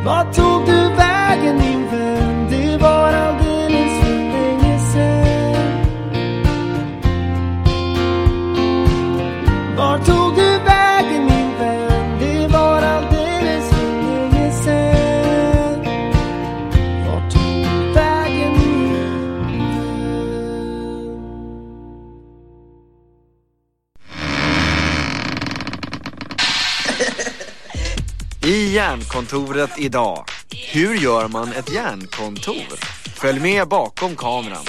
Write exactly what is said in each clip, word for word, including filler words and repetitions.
Vart tog du vägen min vän? Det var alldeles för länge sedan. Vart tog du vägen min vän? Det var alldeles för länge sedan. Vart tog du vägen min vän? I Järnkontoret idag. Hur gör man ett järnkontor? Följ med bakom kameran.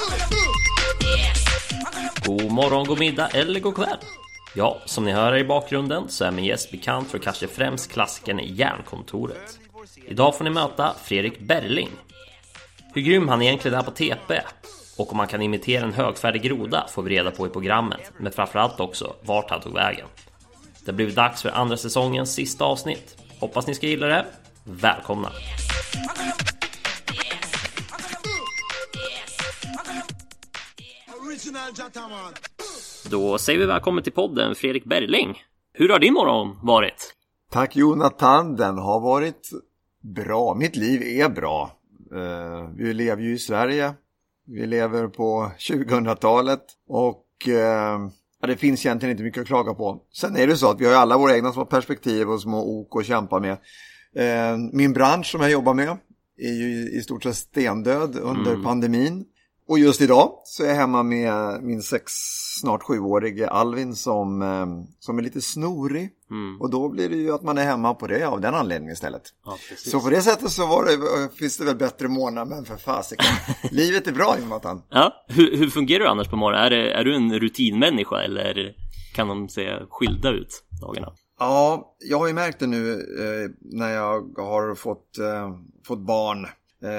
God morgon, god middag eller god kväll. Ja, som ni hör i bakgrunden så är min gäst bekant för kanske främst klassikern i Järnkontoret. Idag får ni möta Fredrik Berling. Hur grym han egentligen är på T P och om man kan imitera en högfärdig groda får vi reda på i programmet. Men framförallt också vart han tog vägen. Det blev dags för andra säsongens sista avsnitt. Hoppas ni ska gilla det. Välkomna! Då säger vi välkommen till podden Fredrik Berling. Hur har din morgon varit? Tack Jonathan, den har varit bra. Mitt liv är bra. Uh, vi lever ju i Sverige. Vi lever på tjugohundratalet och uh, ja, det finns egentligen inte mycket att klaga på. Sen är det så att vi har alla våra egna små perspektiv och små ok att kämpa med. Uh, min bransch som jag jobbar med är ju i stort sett stendöd under mm. pandemin. Och just idag så är jag hemma med min sex, snart sjuårige Alvin som, som är lite snorig. Mm. Och då blir det ju att man är hemma på det av den anledningen istället. Ja, så på det sättet så var det, finns det väl bättre månader, men för fasiken. Livet är bra, Jonathan. Ja, hur, hur fungerar du annars på morgonen? Är, det, är du en rutinmänniska eller kan de se skilda ut dagarna? Ja, jag har ju märkt det nu eh, när jag har fått, eh, fått barn.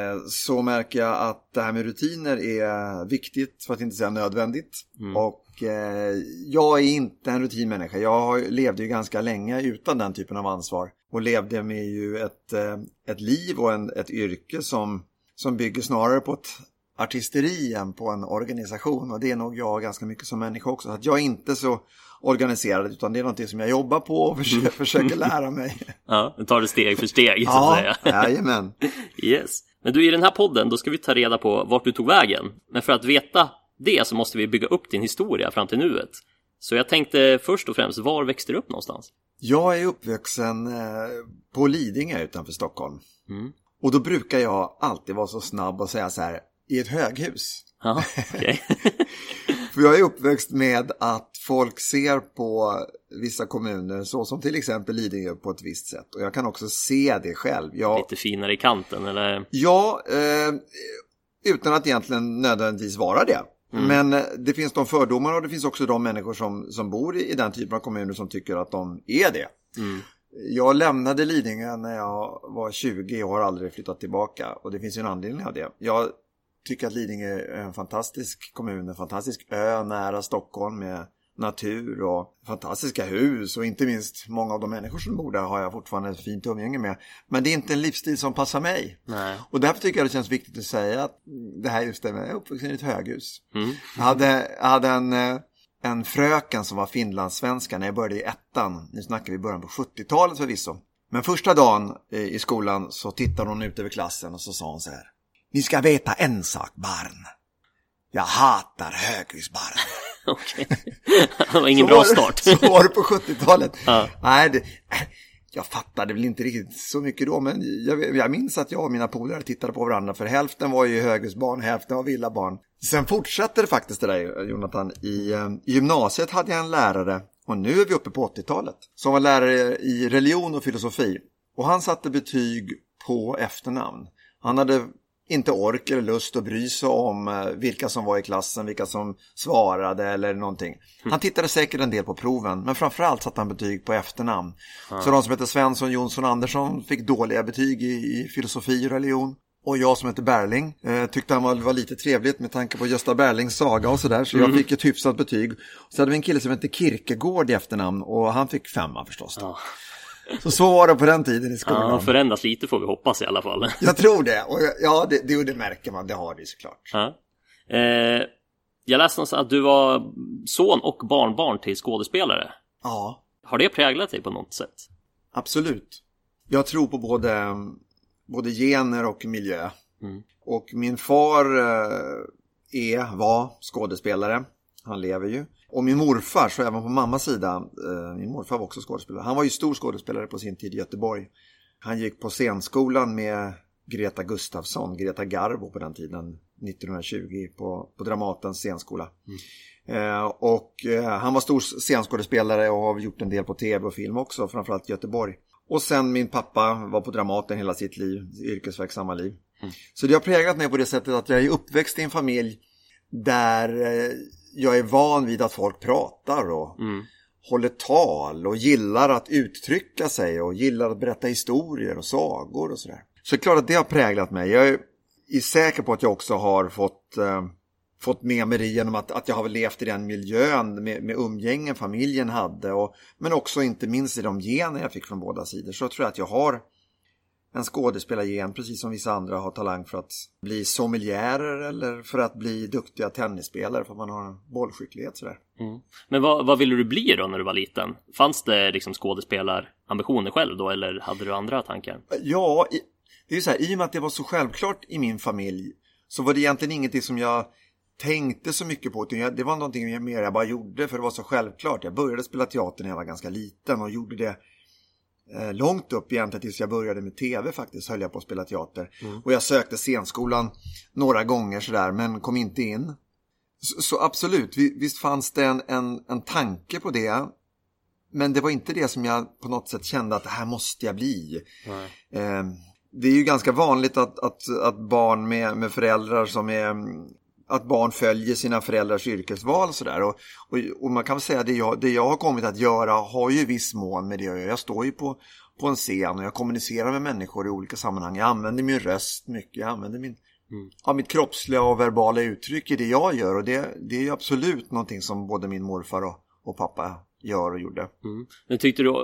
Så märker jag att det här med rutiner är viktigt, för att inte säga nödvändigt. Mm. Och eh, jag är inte en rutinmänniska. Jag levde ju ganska länge utan den typen av ansvar. Och levde med ju ett, eh, ett liv och en, ett yrke som, som bygger snarare på ett artisteri än på en organisation. Och det är nog jag ganska mycket som människa också. Att jag är inte så organiserad, utan det är något som jag jobbar på och försöker, försöker lära mig. Ja, du tar det steg för steg så ja, att säga. Jajamän. Yes. Men du, i den här podden då ska vi ta reda på vart du tog vägen. Men för att veta det så måste vi bygga upp din historia fram till nuet. Så jag tänkte först och främst, var växte du upp någonstans? Jag är uppvuxen på Lidingö utanför Stockholm. Mm. Och då brukar jag alltid vara så snabb och säga så här, i ett höghus. Ja, okej. För jag är uppväxt med att folk ser på vissa kommuner så som till exempel Lidingö på ett visst sätt. Och jag kan också se det själv. Jag... Lite finare i kanten, eller? Ja, eh, utan att egentligen nödvändigtvis vara det. Mm. Men det finns de fördomar och det finns också de människor som, som bor i, i den typen av kommuner som tycker att de är det. Mm. Jag lämnade Lidingö när jag var tjugo och har aldrig flyttat tillbaka. Och det finns ju en anledning av det. Jag tycker att Lidingö är en fantastisk kommun, en fantastisk ö nära Stockholm med natur och fantastiska hus. Och inte minst många av de människor som bor där har jag fortfarande ett fint umgänge med. Men det är inte en livsstil som passar mig. Nej. Och därför tycker jag det känns viktigt att säga att det här just det med uppvuxen i ett höghus. Mm. Jag hade, jag hade en, en fröken som var finlandssvenska när jag började i ettan. Nu snackar vi början på sjuttiotalet förvisso. Men första dagen i skolan så tittade hon ut över klassen och så sa hon så här: ni ska veta en sak, barn. Jag hatar höghusbarn. Okej. Det var ingen bra start. Så var det på sjuttiotalet. Ja. Nej, det, jag fattade väl inte riktigt så mycket då. Men jag, jag minns att jag och mina polare tittade på varandra. För hälften var ju höghusbarn, hälften var villabarn. Sen fortsatte det faktiskt det där, Jonathan. I, I gymnasiet hade jag en lärare, och nu är vi uppe på åttiotalet, som var lärare i religion och filosofi. Och han satte betyg på efternamn. Han hade inte ork eller lust att bry sig om vilka som var i klassen, vilka som svarade eller någonting. Han tittade säkert en del på proven, men framförallt satte han betyg på efternamn. Mm. Så de som heter Svensson, Jonsson, Andersson fick dåliga betyg i, i filosofi och religion. Och jag som heter Berling eh, tyckte han var, var lite trevligt med tanke på Gösta Berlings saga och sådär. Så mm. jag fick ett hyfsat betyg. Så hade vi en kille som heter Kierkegaard i efternamn, och han fick femma förstås. Ja. Så så var det på den tiden i skolan. Ja, förändras lite får vi hoppas i alla fall. Jag tror det. Och ja, det, det, det märker man. Det har det såklart. Ja. Eh, jag läste någonstans att du var son och barnbarn till skådespelare. Ja. Har det präglat dig på något sätt? Absolut. Jag tror på både både gener och miljö. Mm. Och min far eh, är, var skådespelare. Han lever ju. Och min morfar, så även på mammas sida, eh, min morfar var också skådespelare. Han var ju stor skådespelare på sin tid i Göteborg. Han gick på scenskolan med Greta Gustafsson, Greta Garbo på den tiden, nittonhundratjugo på, på Dramatens scenskola. Mm. Eh, och eh, han var stor scenskådespelare och har gjort en del på tv och film också, framförallt i Göteborg. Och sen min pappa var på Dramaten hela sitt liv, yrkesverksamma liv. Mm. Så det har präglat mig på det sättet att jag är uppväxt i en familj där eh, jag är van vid att folk pratar och mm. håller tal och gillar att uttrycka sig och gillar att berätta historier och sagor och sådär. Så det är klart att det har präglat mig. Jag är, är säker på att jag också har fått, eh, fått med mig det genom att, att jag har levt i den miljön med, med umgängen familjen hade. Och, men också inte minst i de gener jag fick från båda sidor. Så jag tror att jag har en skådespelargen, precis som vissa andra har talang för att bli sommelierer eller för att bli duktiga tennisspelare för att man har en bollskicklighet sådär. Mm. Men vad, vad ville du bli då när du var liten? Fanns det liksom skådespelarambitioner själv då eller hade du andra tankar? Ja, i, det är ju så här, i och med att det var så självklart i min familj så var det egentligen ingenting som jag tänkte så mycket på. Det var någonting mer jag bara gjorde för det var så självklart. Jag började spela teater när jag var ganska liten och gjorde det långt upp egentligen tills jag började med tv faktiskt höll jag på att spela teater. Mm. Och jag sökte scenskolan några gånger sådär men kom inte in. Så, så absolut, visst fanns det en, en, en tanke på det. Men det var inte det som jag på något sätt kände att det här måste jag bli. Eh, det är ju ganska vanligt att, att, att barn med, med föräldrar som är... att barn följer sina föräldrars yrkesval sådär. Och, och, och man kan väl säga att det jag, det jag har kommit att göra har ju viss mån med det jag gör. Jag står ju på, på en scen och jag kommunicerar med människor i olika sammanhang. Jag använder min röst mycket. Jag använder min, mm. ja, mitt kroppsliga och verbala uttryck i det jag gör. Och det, det är ju absolut någonting som både min morfar och, och pappa gör och gjorde. Mm. Men tyckte du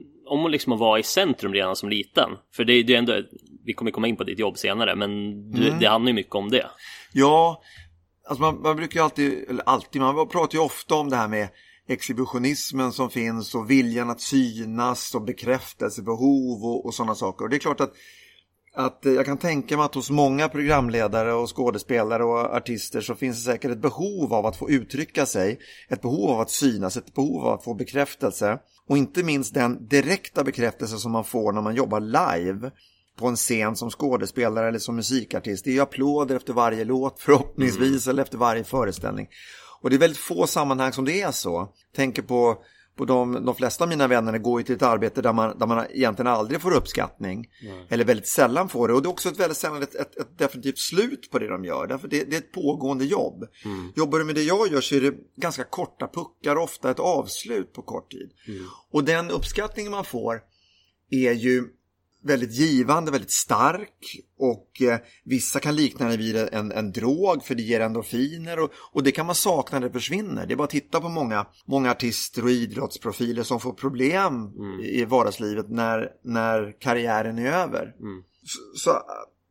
om liksom att vara i centrum redan som liten? För det, det är ändå, vi kommer komma in på ditt jobb senare, men du, mm. det handlar ju mycket om det. Ja, alltså man, man brukar ju alltid, eller alltid, man pratar ju ofta om det här med exhibitionismen som finns och viljan att synas och bekräftelsebehov och, och sådana saker. Och det är klart att, att jag kan tänka mig att hos många programledare och skådespelare och artister så finns det säkert ett behov av att få uttrycka sig, ett behov av att synas, ett behov av att få bekräftelse och inte minst den direkta bekräftelse som man får när man jobbar live på en scen som skådespelare eller som musikartist. Det är ju applåder efter varje låt förhoppningsvis mm. eller efter varje föreställning. Och det är väldigt få sammanhang som det är så. Tänker på, på de, de flesta av mina vänner går ju till ett arbete där man, där man egentligen aldrig får uppskattning. Mm. Eller väldigt sällan får det. Och det är också ett väldigt sällan ett, ett, ett definitivt slut på det de gör. Därför det, det är ett pågående jobb. Mm. Jobbar du med det jag gör så är det ganska korta puckar. Ofta ett avslut på kort tid. Mm. Och den uppskattning man får är ju väldigt givande, väldigt stark och eh, vissa kan likna det vid en, en drog för det ger endorfiner och, och det kan man sakna när det försvinner. Det är bara att titta på många, många artister och idrottsprofiler som får problem mm. i vardagslivet när, när karriären är över. Mm. Så, så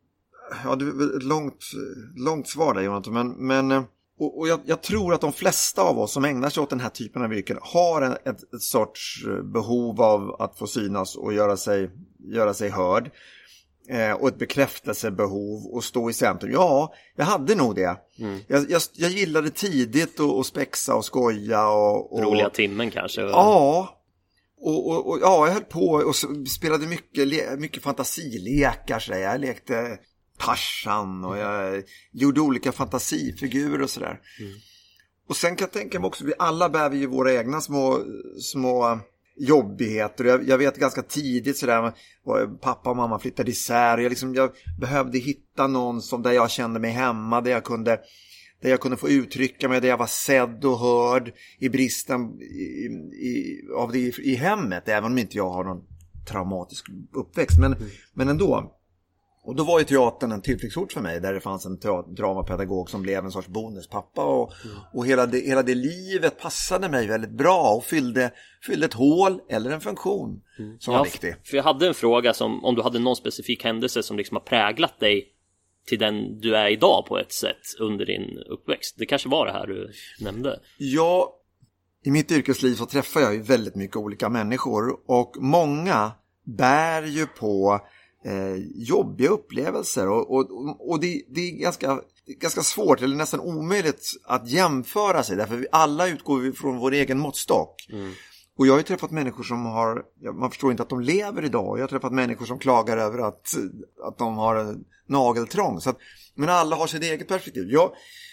ja, det är ett långt, långt svar där, Jonathan, men, men och, och jag, jag tror att de flesta av oss som ägnar sig åt den här typen av yrken har en, ett, ett sorts behov av att få synas och göra sig göra sig hörd eh, och ett bekräftelsebehov och stå i centrum. Ja, jag hade nog det. Mm. Jag, jag, jag gillade tidigt att spexa och skoja. Och, och, roliga timmen kanske. Ja, och, och, och ja, jag höll på och spelade mycket, mycket fantasilekar. Så jag lekte Tarzan och jag gjorde olika fantasifigurer och sådär. Mm. Och sen kan jag tänka mig också, vi alla bär vi ju våra egna små... små jobbigheter. Jag, jag vet ganska tidigt sådär, pappa och mamma flyttade isär och jag, liksom, jag behövde hitta någon som där jag kände mig hemma, där jag kunde, där jag kunde få uttrycka mig, där jag var sedd och hörd i bristen i, i, av det i, i hemmet, även om inte jag har någon traumatisk uppväxt, men, mm. men ändå. Och då var ju teatern en tillflyktsort för mig, där det fanns en teater- dramapedagog som blev en sorts bonuspappa och, mm. och hela, det, hela det livet passade mig väldigt bra och fyllde, fyllde ett hål eller en funktion mm. som ja, var viktig. För jag hade en fråga som, om du hade någon specifik händelse som liksom har präglat dig till den du är idag på ett sätt under din uppväxt. Det kanske var det här du nämnde. Ja, i mitt yrkesliv så träffar jag ju väldigt mycket olika människor och många bär ju på eh, jobbiga upplevelser. Och, och, och det, det är ganska, ganska svårt eller nästan omöjligt att jämföra sig. Därför vi alla utgår från vår egen måttstock. Mm. Och jag har ju träffat människor som har, man förstår inte att de lever idag. Jag har träffat människor som klagar över att, att de har en nageltrång. Så att, men alla har sitt eget perspektiv. Jag,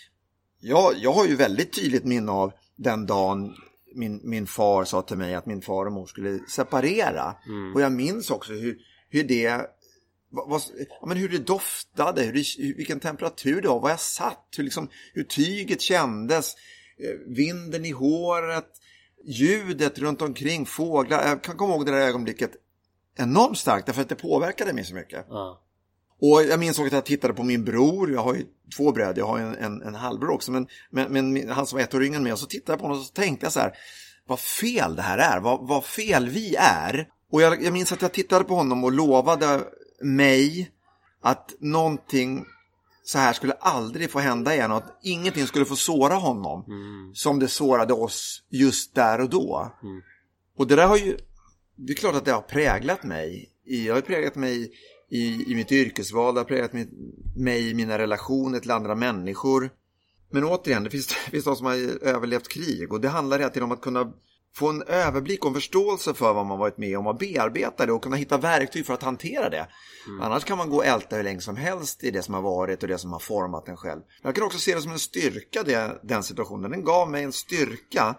jag, jag har ju väldigt tydligt minne av den dagen min, min far sa till mig att min far och mor skulle separera. Mm. Och jag minns också hur, hur det... Vad, ja, men hur det doftade, hur det, vilken temperatur det var, vad jag satt, hur, liksom, hur tyget kändes, vinden i håret, ljudet runt omkring, fåglar. Jag kan komma ihåg det där ögonblicket enormt starkt därför att det påverkade mig så mycket. Mm. Och jag minns också att jag tittade på min bror, jag har ju två bröder, jag har en, en, en halvbror också, men, men, men han som var ett år yngre med, och så tittade jag på honom och så tänkte jag så här, vad fel det här är, vad, vad fel vi är. Och jag, jag minns att jag tittade på honom och lovade mig att någonting så här skulle aldrig få hända igen och att ingenting skulle få såra honom mm. som det sårade oss just där och då. Mm. Och det där har ju, det är klart att det har präglat mig. I, jag har präglat mig i, i mitt yrkesval, det har präglat mig, mig i mina relationer till andra människor. Men återigen, det finns, det finns de som har överlevt krig och det handlar hela tiden om att kunna få en överblick och en förståelse för vad man varit med om och bearbeta det och kunna hitta verktyg för att hantera det. Mm. Annars kan man gå och älta hur länge som helst i det som har varit och det som har format en själv. Jag kan också se det som en styrka, det, den situationen. Den gav mig en styrka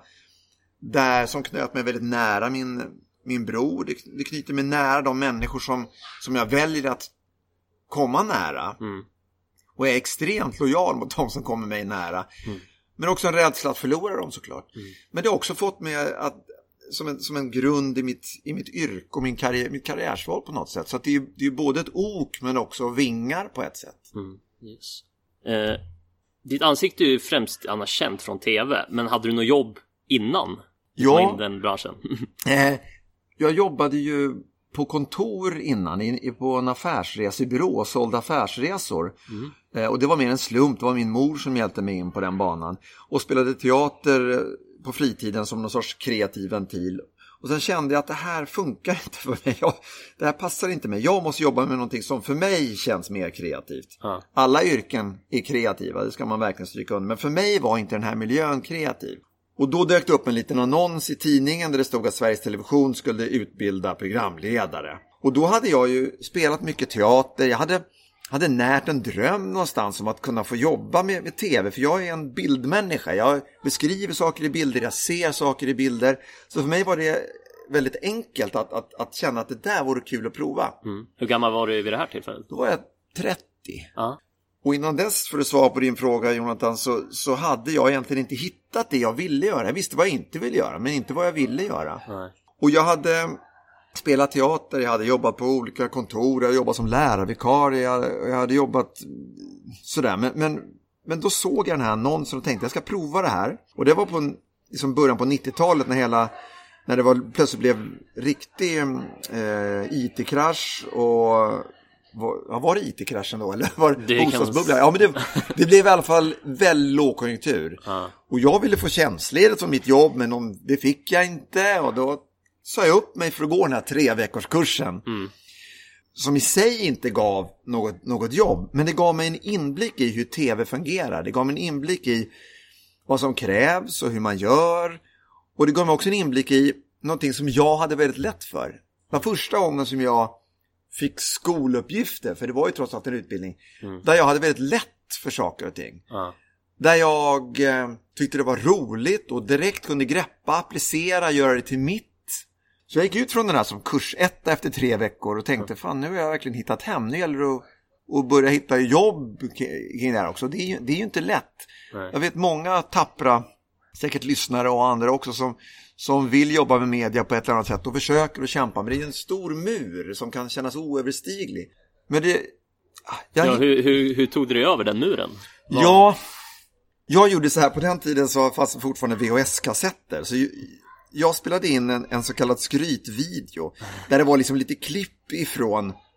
där som knöt mig väldigt nära min, min bror. Det, det knyter mig nära de människor som, som jag väljer att komma nära. Mm. Och är extremt lojal mot de som kommer mig nära. Mm. Men också en rädsla att förlora dem såklart. Mm. Men det har också fått mig att, som, en, som en grund i mitt, i mitt yrke och min karriär, mitt karriärsval på något sätt. Så att det, är, det är både ett ok men också vingar på ett sätt. Mm. Yes. Eh, ditt ansikte är ju främst annars känt från tv. Men hade du något jobb innan du ja. kom in i den branschen? eh, jag jobbade ju på kontor innan, i, på en affärsresebyrå och sålde affärsresor. Mm. Eh, och det var mer en slump, det var min mor som hjälpte mig in på den banan. Och spelade teater på fritiden som någon sorts kreativ ventil. Och sen kände jag att det här funkar inte för mig. Jag, det här passar inte mig. Jag måste jobba med någonting som för mig känns mer kreativt. Mm. Alla yrken är kreativa, det ska man verkligen stryka under. Men för mig var inte den här miljön kreativ. Och då dök det upp en liten annons i tidningen där det stod att Sveriges Television skulle utbilda programledare. Och då hade jag ju spelat mycket teater. Jag hade, hade närt en dröm någonstans om att kunna få jobba med, med tv. För jag är en bildmänniska. Jag beskriver saker i bilder, jag ser saker i bilder. Så för mig var det väldigt enkelt att, att, att känna att det där vore kul att prova. Mm. Hur gammal var du vid det här tillfället? Då var jag trettio. Ja. Och innan dess, för att svara på din fråga Jonathan, så, så hade jag egentligen inte hittat det jag ville göra. Jag visste vad jag inte ville göra, men inte vad jag ville göra. Nej. Och jag hade spelat teater, jag hade jobbat på olika kontor, jag hade jobbat som lärarvikarie, jag, jag hade jobbat sådär. Men, men, men då såg jag den här annonsen och tänkte jag ska prova det här. Och det var på en, liksom början på nittiotalet när hela... När det var, plötsligt blev riktig eh, I T-krasch och... Var, var det I T-kraschen då? Eller var det bostadsbubblan? Ja, men det, det blev i alla fall väldigt lågkonjunktur. Ah. Och jag ville få tjänstledigt som mitt jobb, men om, det fick jag inte. Och då sa jag upp mig för att gå den här tre veckors kursen. Mm. Som i sig inte gav något, något jobb. Men det gav mig en inblick i hur tv fungerar. Det gav mig en inblick i vad som krävs och hur man gör. Och det gav mig också en inblick i någonting som jag hade väldigt lätt för. Det var första gången som jag fick skoluppgifter, för det var ju trots allt en utbildning, mm. där jag hade väldigt lätt för saker och ting. Uh. Där jag eh, tyckte det var roligt och direkt kunde greppa, applicera, göra det till mitt. Så jag gick ut från den här som kurs ett efter tre veckor och tänkte, uh. fan nu har jag verkligen hittat hem. Nu gäller det att, att börja hitta jobb kring det här också. Det är ju, det är ju inte lätt. Uh. Jag vet många tappra, säkert lyssnare och andra också som som vill jobba med media på ett eller annat sätt och försöker att kämpa. Men det är en stor mur som kan kännas oöverstiglig. Men det... Jag... Ja, hur, hur, hur tog du dig över den muren? Var... Ja, jag gjorde så här. På den tiden så fanns det fortfarande V H S-kassetter. Så jag spelade in en, en så kallad skrytvideo. Där det var liksom lite klipp ifrån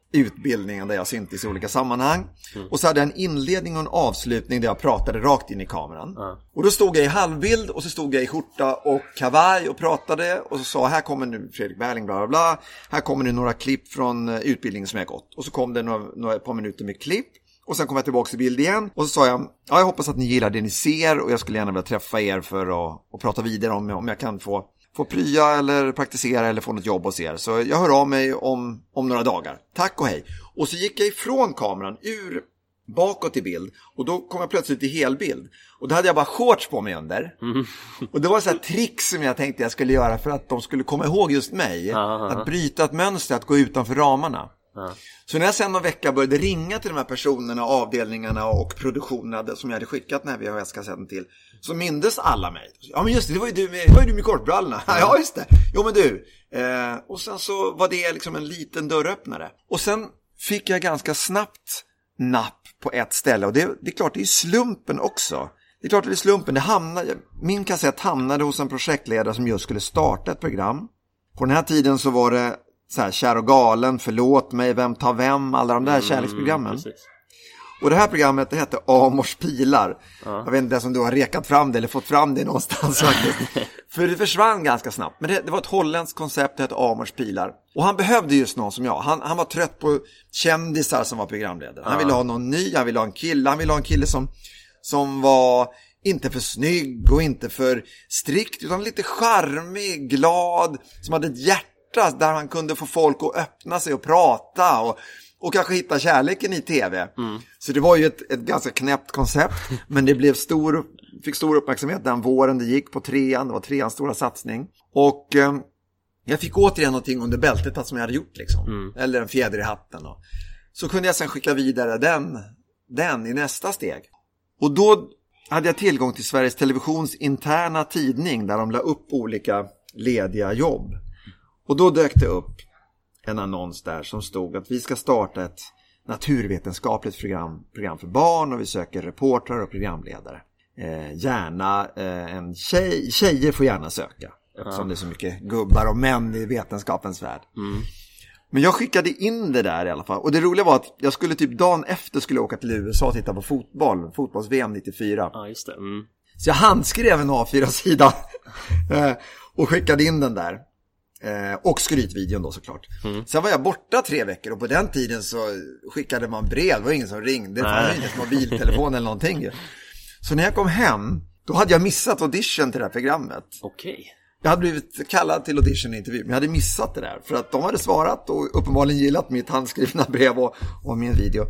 utbildningen där jag syntes i olika sammanhang. Mm. Och så hade jag en inledning och en avslutning där jag pratade rakt in i kameran. Mm. Och då stod jag i halvbild och så stod jag i skjorta och kavaj och pratade och så sa, här kommer nu Fredrik Berling, bla bla bla. Här kommer nu några klipp från utbildningen som jag gått. Och så kom det några, några ett par minuter med klipp. Och sen kom jag tillbaka till bild igen. Och så sa jag, ja, jag hoppas att ni gillar det ni ser och jag skulle gärna vilja träffa er för att och prata vidare om, om jag kan få Få prya eller praktisera eller få något jobb hos er. Så jag hör av mig om, om några dagar. Tack och hej. Och så gick jag ifrån kameran ur bakåt i bild. Och då kom jag plötsligt i helbild. Och då hade jag bara shorts på mig under. Mm. Och det var så här trick som jag tänkte jag skulle göra för att de skulle komma ihåg just mig. Aha. Att bryta ett mönster, att gå utanför ramarna. Ja. Så när jag sen någon vecka började ringa till de här personerna, avdelningarna och produktionerna som jag hade skickat den här V H S-kassetten till, så mindes alla mig. Ja men just det, det var ju du med, det var ju du med kortbrallorna. Ja. Ja just det, jo men du. Eh, och sen så var det liksom en liten dörröppnare. Och sen fick jag ganska snabbt napp på ett ställe. Och det, det är klart, det är slumpen också. Det är klart att det är slumpen. Det hamnade, min kassett hamnade hos en projektledare som just skulle starta ett program. På den här tiden så var det så här, Kär och galen, Förlåt mig, Vem tar vem, alla de där mm, kärleksprogrammen. Precis. Och det här programmet, det hette Amors pilar. Ja. Jag vet inte om du har rekat fram det eller fått fram det någonstans faktiskt. För det försvann ganska snabbt. Men det, det var ett holländskt koncept, det hette Amors pilar. Och han behövde just någon som jag. Han, han var trött på kändisar som var programledare. Han ja. ville ha någon ny, han ville ha en kille. Han ville ha en kille som, som var inte för snygg och inte för strikt. Utan lite charmig, glad, som hade ett hjärta där han kunde få folk att öppna sig och prata och, och kanske hitta kärleken i tv. Mm. Så det var ju ett, ett ganska knäppt koncept, men det blev stor, fick stor uppmärksamhet den våren det gick på trean. Det var treans stora satsning. Och eh, jag fick återigen någonting under bältet som jag hade gjort liksom. Mm. Eller en fjäder i hatten. Och så kunde jag sen skicka vidare den, den i nästa steg. Och då hade jag tillgång till Sveriges Televisions interna tidning där de la upp olika lediga jobb. Och då dök det upp en annons där som stod att vi ska starta ett naturvetenskapligt program, program för barn och vi söker reportrar och programledare. Eh, gärna eh, en tjej, tjejer får gärna söka eftersom ja. det är så mycket gubbar och män i vetenskapens värld. Mm. Men jag skickade in det där i alla fall. Och det roliga var att jag skulle typ dagen efter skulle åka till U S A och titta på fotboll, fotbolls-V M nittiofyra. Ja, just det. Mm. Så jag handskrev en A fyra-sida eh, och skickade in den där. Eh, och skrytvideon då såklart. Mm. Sen var jag borta tre veckor och på den tiden så skickade man brev. Det var ingen som ringde. Det var ingen mobiltelefon eller någonting. Så när jag kom hem, då hade jag missat audition till det här programmet. Okej. Okay. Jag hade blivit kallad till audition-intervju, men jag hade missat det där. För att de hade svarat och uppenbarligen gillat mitt handskrivna brev och, och min video.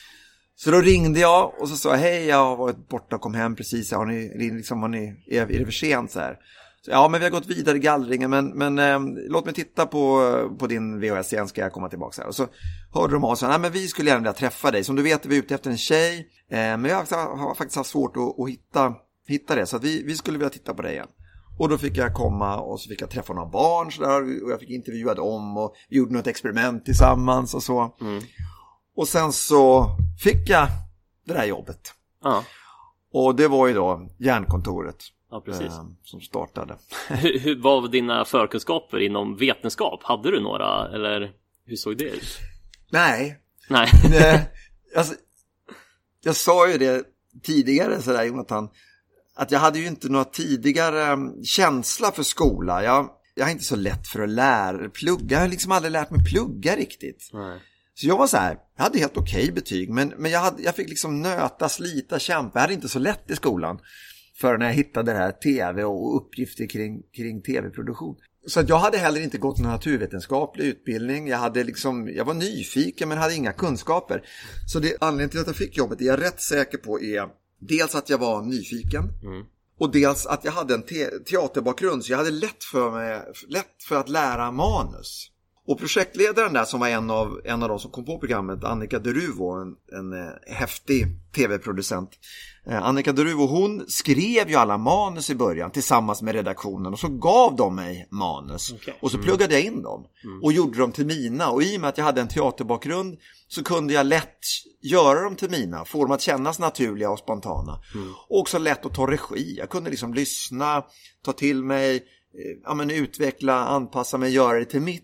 Så då ringde jag och så sa jag, hej, jag har varit borta och kom hem precis. Har ni, liksom, har ni, är, är det för sent så här? Så, ja, men vi har gått vidare i gallringen, men, men eh, låt mig titta på, på din V H S igen, ska jag komma tillbaka så här. Och så hörde de av sig, nej men vi skulle gärna vilja träffa dig. Som du vet är vi ute efter en tjej, eh, men jag har, har faktiskt haft svårt att, att hitta, hitta det. Så att vi, vi skulle vilja titta på dig igen. Och då fick jag komma och så fick jag träffa några barn så där, och jag fick intervjua dem och vi gjorde något experiment tillsammans och så. Mm. Och sen så fick jag det där jobbet. Ja. Och det var ju då Järnkontoret. Ja, precis. Eh, som startade. hur, hur var dina förkunskaper inom vetenskap? Hade du några, eller hur såg det ut? Nej. Nej. Nej alltså, jag sa ju det tidigare sådär, Jonathan, att jag hade ju inte några tidigare känsla för skola. Jag, jag är inte så lätt för att lära, plugga. Jag har liksom aldrig lärt mig plugga riktigt. Nej. Så jag var så här, jag hade helt okej betyg, men, men jag, hade, jag fick liksom nöta, slita, kämpa. Jag hade inte så lätt i skolan. För när jag hittade det här tv och uppgifter kring, kring tv-produktion. Så att jag hade heller inte gått någon naturvetenskaplig utbildning. Jag, hade liksom, jag var nyfiken men hade inga kunskaper. Så det anledningen till att jag fick jobbet är jag rätt säker på är dels att jag var nyfiken. Mm. Och dels att jag hade en te- teaterbakgrund. Så jag hade lätt för, mig, lätt för att lära manus. Och projektledaren där som var en av, en av de som kom på programmet, Annika Deruvo, en, en eh, häftig tv-producent. Eh, Annika Deruvo, hon skrev ju alla manus i början tillsammans med redaktionen och så gav de mig manus. Okay. Och så pluggade jag in dem mm. och gjorde dem till mina. Och i och med att jag hade en teaterbakgrund så kunde jag lätt göra dem till mina, få dem att kännas naturliga och spontana. Mm. Och också lätt att ta regi. Jag kunde liksom lyssna, ta till mig, ja, men utveckla, anpassa mig, göra det till mitt.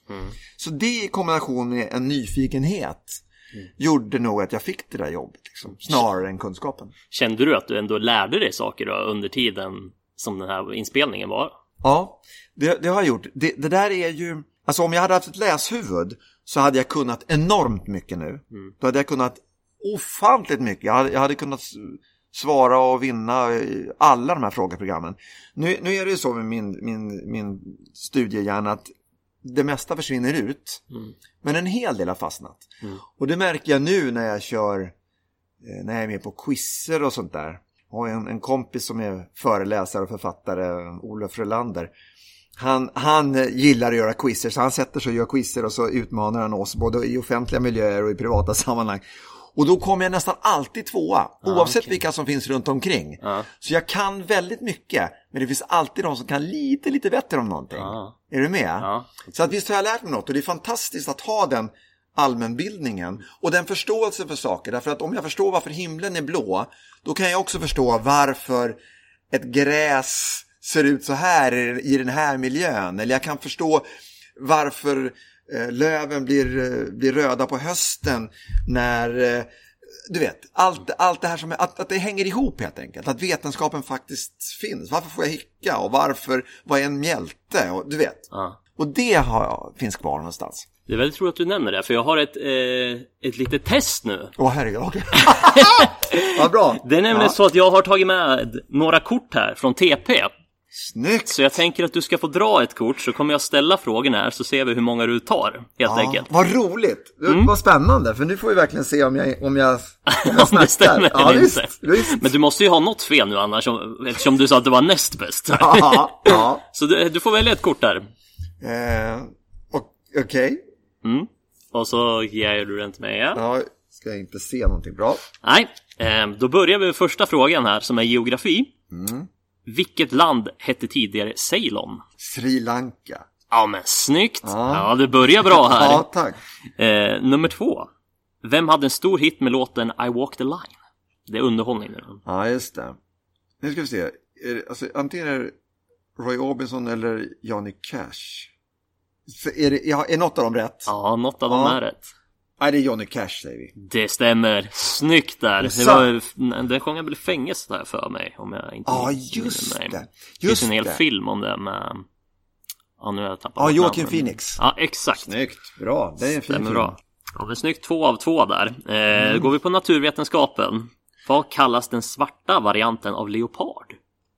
Mm. Så det i kombination med en nyfikenhet mm. gjorde nog att jag fick det där jobbet liksom, snarare än kunskapen. Kände du att du ändå lärde dig saker då, under tiden som den här inspelningen var? Ja, det, det har jag gjort. Det, det där är ju, alltså om jag hade haft ett läshuvud så hade jag kunnat enormt mycket nu. Mm. Då hade jag kunnat ofantligt mycket. Jag hade, jag hade kunnat svara och vinna alla de här frågeprogrammen. Nu, nu är det ju så med min, min, min studiehjärna att det mesta försvinner ut. Mm. Men en hel del har fastnat. Mm. Och det märker jag nu när jag kör, när jag är med på quizzer och sånt där. Och en, en kompis som är föreläsare och författare, Olof Frölander. Han, han gillar att göra quizzer, så han sätter sig och gör quizzer och så utmanar han oss både i offentliga miljöer och i privata sammanhang. Och då kommer jag nästan alltid tvåa, ah, oavsett okay. vilka som finns runt omkring. Ah. Så jag kan väldigt mycket, men det finns alltid de som kan lite, lite bättre om någonting. Ah. Är du med? Ah. Så att visst har jag lärt mig något, och det är fantastiskt att ha den allmänbildningen och den förståelsen för saker. Därför att om jag förstår varför himlen är blå, då kan jag också förstå varför ett gräs ser ut så här i den här miljön. Eller jag kan förstå varför eh, löven blir, eh, blir röda på hösten när, eh, du vet, allt, allt det här som är, att, att det hänger ihop helt enkelt. Att vetenskapen faktiskt finns. Varför får jag hicka och varför, vad är en mjälte? Och, du vet. Ja. Och det har jag, finns kvar någonstans. Det är väldigt roligt att du nämner det, för jag har ett, eh, ett litet test nu. Åh, oh, herregud, okej. Vad bra. Det är nämligen ja. så att jag har tagit med några kort här från T P. Snyggt. Så jag tänker att du ska få dra ett kort, så kommer jag ställa frågan här, så ser vi hur många du tar, helt ja, enkelt. Vad roligt, mm. vad spännande, för nu får vi verkligen se om jag, om jag, om jag om det stämmer ja, eller visst, inte. Visst. Men du måste ju ha något fel nu annars, eftersom du sa att det var näst bäst. Ja, ja. Så du, du får välja ett kort där. eh, Okej okay. Mm. Och så ger du den till mig. Ja, ja, ska jag inte se någonting bra? Nej, eh, då börjar vi med första frågan här, som är geografi. Mm. Vilket land hette tidigare Ceylon? Sri Lanka. Ja, men snyggt. Ja, ja, det börjar bra här. Ja, tack. Eh, nummer två. Vem hade en stor hit med låten I Walk the Line? Det är underhållning nu. Ja, just det. Nu ska vi se. Är, alltså, antingen är det Roy Orbison eller Johnny Cash. Så är, det, ja, är något av dem rätt? Ja, något av dem ja. är rätt. Nej, det är Johnny Cash, säger vi. Det stämmer. Snyggt där. Det var, den sjöng väl fängelse där för mig, om jag inte Ja, just mig. det. Just det finns en hel det. film om det med... Ja, nu har jag tappat. Ja, Joaquin Phoenix. Ja, exakt. Snyggt. Bra. Det är en fin film. Bra. Ja, men snyggt, två av två där. Eh, mm. Går vi på naturvetenskapen. Vad kallas den svarta varianten av leopard?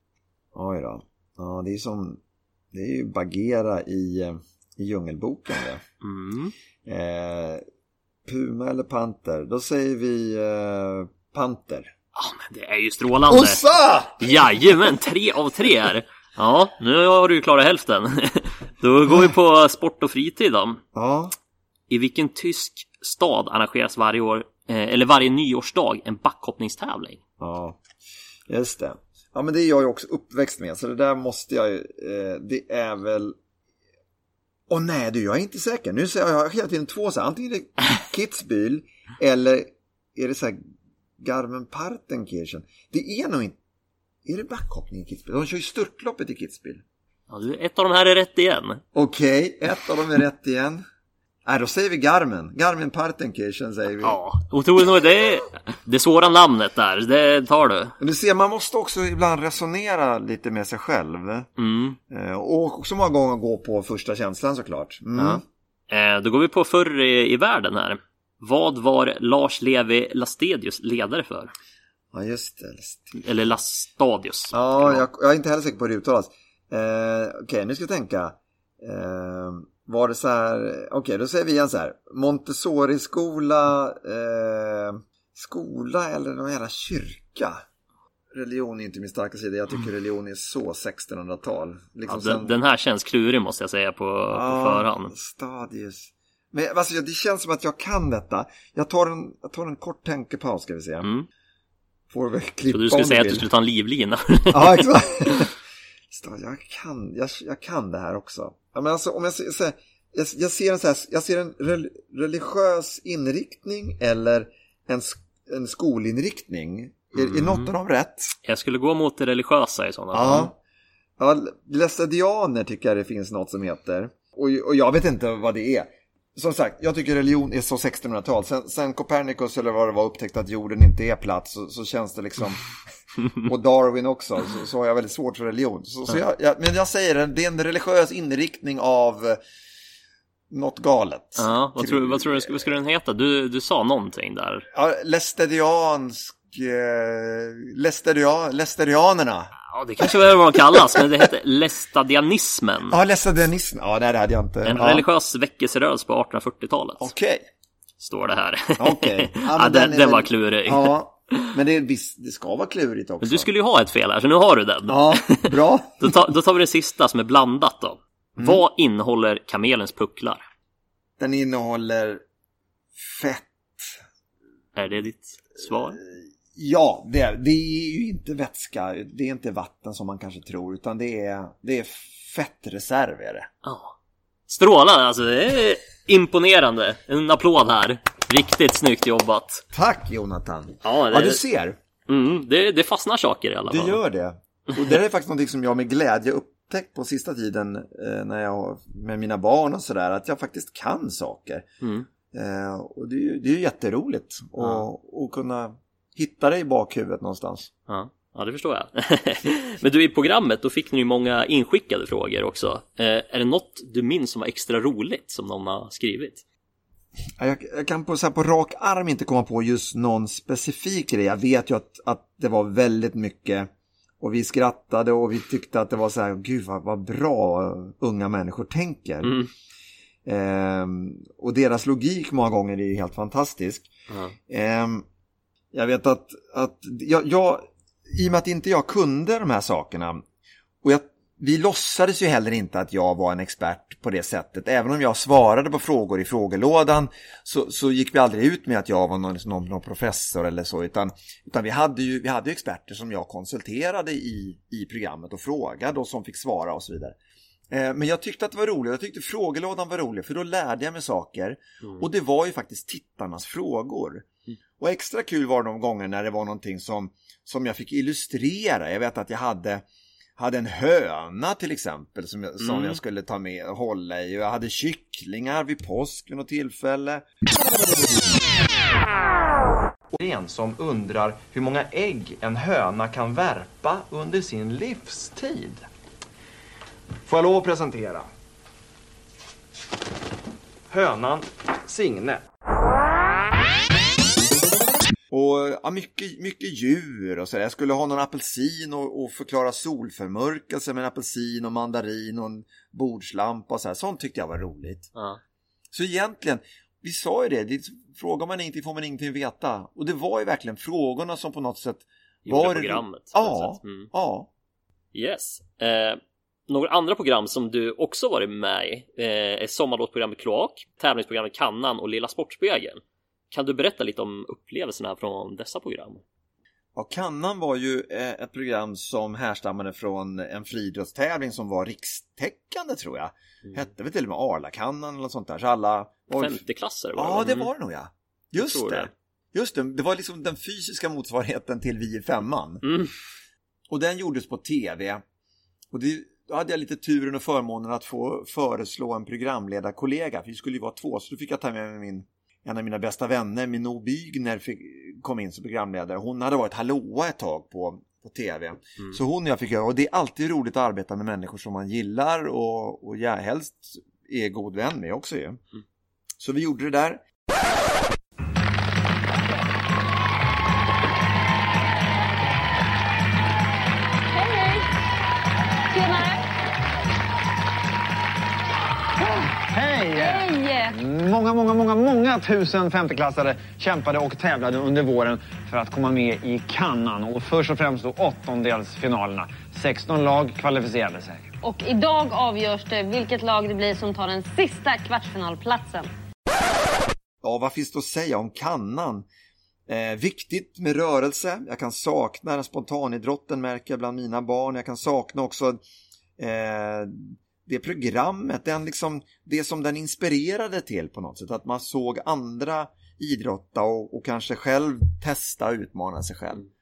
Oj då. Ja, det är som... Det är ju Bagheera i, i Djungelboken det. Mm. Eh... Puma eller panter? Då säger vi uh, panter. Ja, men det är ju strålande. Ossa! Jajamän, tre av tre här. Ja, nu har du ju klarat hälften. Då går vi på sport och fritid då. Ja. I vilken tysk stad arrangeras varje år, eh, eller varje nyårsdag, en backhoppningstävling? Ja, just det. Ja, men det är jag ju också uppväxt med. Så det där måste jag ju, eh, det är väl... Åh nej, du, jag är inte säker. Nu säger jag hela tiden två så här. Antingen är det Kitzbühel eller är det så här Garmisch-Partenkirchen. Det är nog inte... Är det backhoppning i Kitzbühel? De kör ju störtloppet i Kitzbühel. Ja, du, ett av de här är rätt igen. Okej, okay, ett av dem är rätt igen. Nej, då säger vi Garmin. Garmin-Partenkirchen säger vi. Ja, otroligt nog. Det är det svåra namnet där. Det tar du. Men du ser, man måste också ibland resonera lite med sig själv. Mm. Och också många gånger gå på första känslan såklart. Mm. Ja. Eh, då går vi på förr i, i världen här. Vad var Lars Levi Lastadius ledare för? Ja, just det. Eller Lastadius. Ja, jag, jag är inte heller säker på hur det uttalas. Eh, Okej, okay, nu ska jag tänka. Eh, var det så här... Okej, okay, då säger vi igen så här. Montessori-skola... Eh, skola eller någon jävla kyrka? Religion är inte min starka sida. Jag tycker religion är så sextonhundratal. Liksom ja, den, sen... den här känns klurig måste jag säga på, ja, på förhand. Stadius. Men alltså, det känns som att jag kan detta. Jag tar en, jag tar en kort tänkepaus ska vi se. Mm. Får vi klippa. Så du skulle säga att du skulle ta en livlina? Ja, exakt. Jag kan, jag, jag kan det här också. Ja, men alltså, om jag, så här, jag, jag ser en så här, jag ser en religiös inriktning eller en, en skolinriktning. Mm. Är, är något av dem rätt? Jag skulle gå mot det religiösa i sådana fall. Ja. Ja, lästadianer tycker jag det finns något som heter. och, och jag vet inte vad det är. Som sagt, jag tycker religion är så sextonhundratal. Sen, sen Copernicus eller vad det var upptäckte att jorden inte är platt, så, så känns det liksom... och Darwin också, så, så har jag väldigt svårt för religion. Så, så jag, jag, men jag säger det, det är en religiös inriktning av eh, något galet. Ja, vad tror, vad tror du, vad skulle den heta? Du, du sa någonting där. Ja, lästediansk... Eh, lästedian, lästedianerna. Ja, det kanske är vad man kallas, men det heter lästadianismen. Ja, lästadianismen. Ja, det hade jag inte. En ja. religiös väckelserörelse på artonhundrafyrtiotalet. Okej. Okay. Står det här. Okej. Okay. Ja, ja, den, den väl... var klurig. Ja. Men det, är visst, det ska vara klurigt också. Men du skulle ju ha ett fel här, så nu har du den. Ja, bra. då, tar, då tar vi det sista som är blandat då. Mm. Vad innehåller kamelens pucklar? Den innehåller fett. Är det ditt svar? Ja, det är, det är ju inte vätska. Det är inte vatten som man kanske tror, utan det är, det är fettreserv är det. Ja. Strålande, alltså det är imponerande. En applåd här. Riktigt snyggt jobbat. Tack Jonathan. Ja, det, ja du ser. Mm, det, det fastnar saker i alla fall. Det gör det. Och det är faktiskt något som jag med glädje upptäckt på sista tiden eh, när jag med mina barn och sådär, att jag faktiskt kan saker. Mm. Eh, och det är ju det är jätteroligt ja. att, att kunna hitta det i bakhuvudet någonstans. Ja. Ja, det förstår jag. Men du, i programmet då fick ni ju många inskickade frågor också. Eh, är det något du minns som var extra roligt som någon har skrivit? Jag, jag kan på, så här, på rak arm inte komma på just någon specifik grej. Jag vet ju att, att det var väldigt mycket och vi skrattade och vi tyckte att det var så här, gud vad, vad bra unga människor tänker. Mm. Ehm, och deras logik många gånger är ju helt fantastisk. Mm. Ehm, jag vet att, att jag, jag i och med att inte jag kunde de här sakerna och jag, vi låtsades ju heller inte att jag var en expert på det sättet. Även om jag svarade på frågor i frågelådan så, så gick vi aldrig ut med att jag var någon, någon, någon professor eller så. Utan, utan vi hade ju vi hade ju experter som jag konsulterade i, i programmet och frågade och som fick svara och så vidare. Eh, men jag tyckte att det var roligt. Jag tyckte frågelådan var rolig för då lärde jag mig saker. Mm. Och det var ju faktiskt tittarnas frågor. Mm. Och extra kul var de gånger när det var någonting som, som jag fick illustrera. Jag vet att jag hade... hade en höna till exempel som, jag, som mm. jag skulle ta med och hålla i. Och jag hade kycklingar vid påsk vid något tillfälle. En som undrar hur många ägg en höna kan värpa under sin livstid. Får jag lov att presentera? Hönan Signe. Och ja, mycket, mycket djur och så. Jag skulle ha någon apelsin och, och förklara solförmörkelse med en apelsin och mandarin och en bordslampa och så här. Sånt tyckte jag var roligt. Ja. Så egentligen, vi sa ju det, det, frågar man ingenting får man ingenting veta. Och det var ju verkligen frågorna som på något sätt gjorde var programmet. Ja, mm. ja. Yes. Eh, några andra program som du också varit med i eh, är sommarlåtprogrammet Kloak, tävlingsprogrammet Kannan och Lilla Sportspegeln. Kan du berätta lite om upplevelserna från dessa program? Ja, Kannan var ju ett program som härstammade från en friidrottstävling som var rikstäckande tror jag. Mm. Hette väl till och med Arla-kannan eller något sånt där. Så alla var... femtioklasser var det. Ja, det var det nog ja. Just det. det. Just det. Det var liksom den fysiska motsvarigheten till Vi i femman. Mm. Och den gjordes på tv. Och det, då hade jag lite turen och förmånen att få föreslå en programledarkollega. För vi skulle ju vara två, så då fick jag ta med mig min... en av mina bästa vänner, Minou Bygner, fick, kom in som programledare. Hon hade varit hallåa ett tag på, på tv. Mm. Så hon och jag fick göra, och det är alltid roligt att arbeta med människor som man gillar och, och jag helst är god vän med också ju. Mm. Så vi gjorde det där. Många, många, många, många tusen femteklassare kämpade och tävlade under våren för att komma med i Kannan. Och först och främst då åttondelsfinalerna. sexton lag kvalificerade sig. Och idag avgörs det vilket lag det blir som tar den sista kvartsfinalplatsen. Ja, vad finns det att säga om Kannan? Eh, viktigt med rörelse. Jag kan sakna den spontanidrotten, märker jag bland mina barn. Jag kan sakna också... Eh, det programmet, den liksom, det som den inspirerade till på något sätt. Att man såg andra idrotta och, och kanske själv testa och utmana sig själv.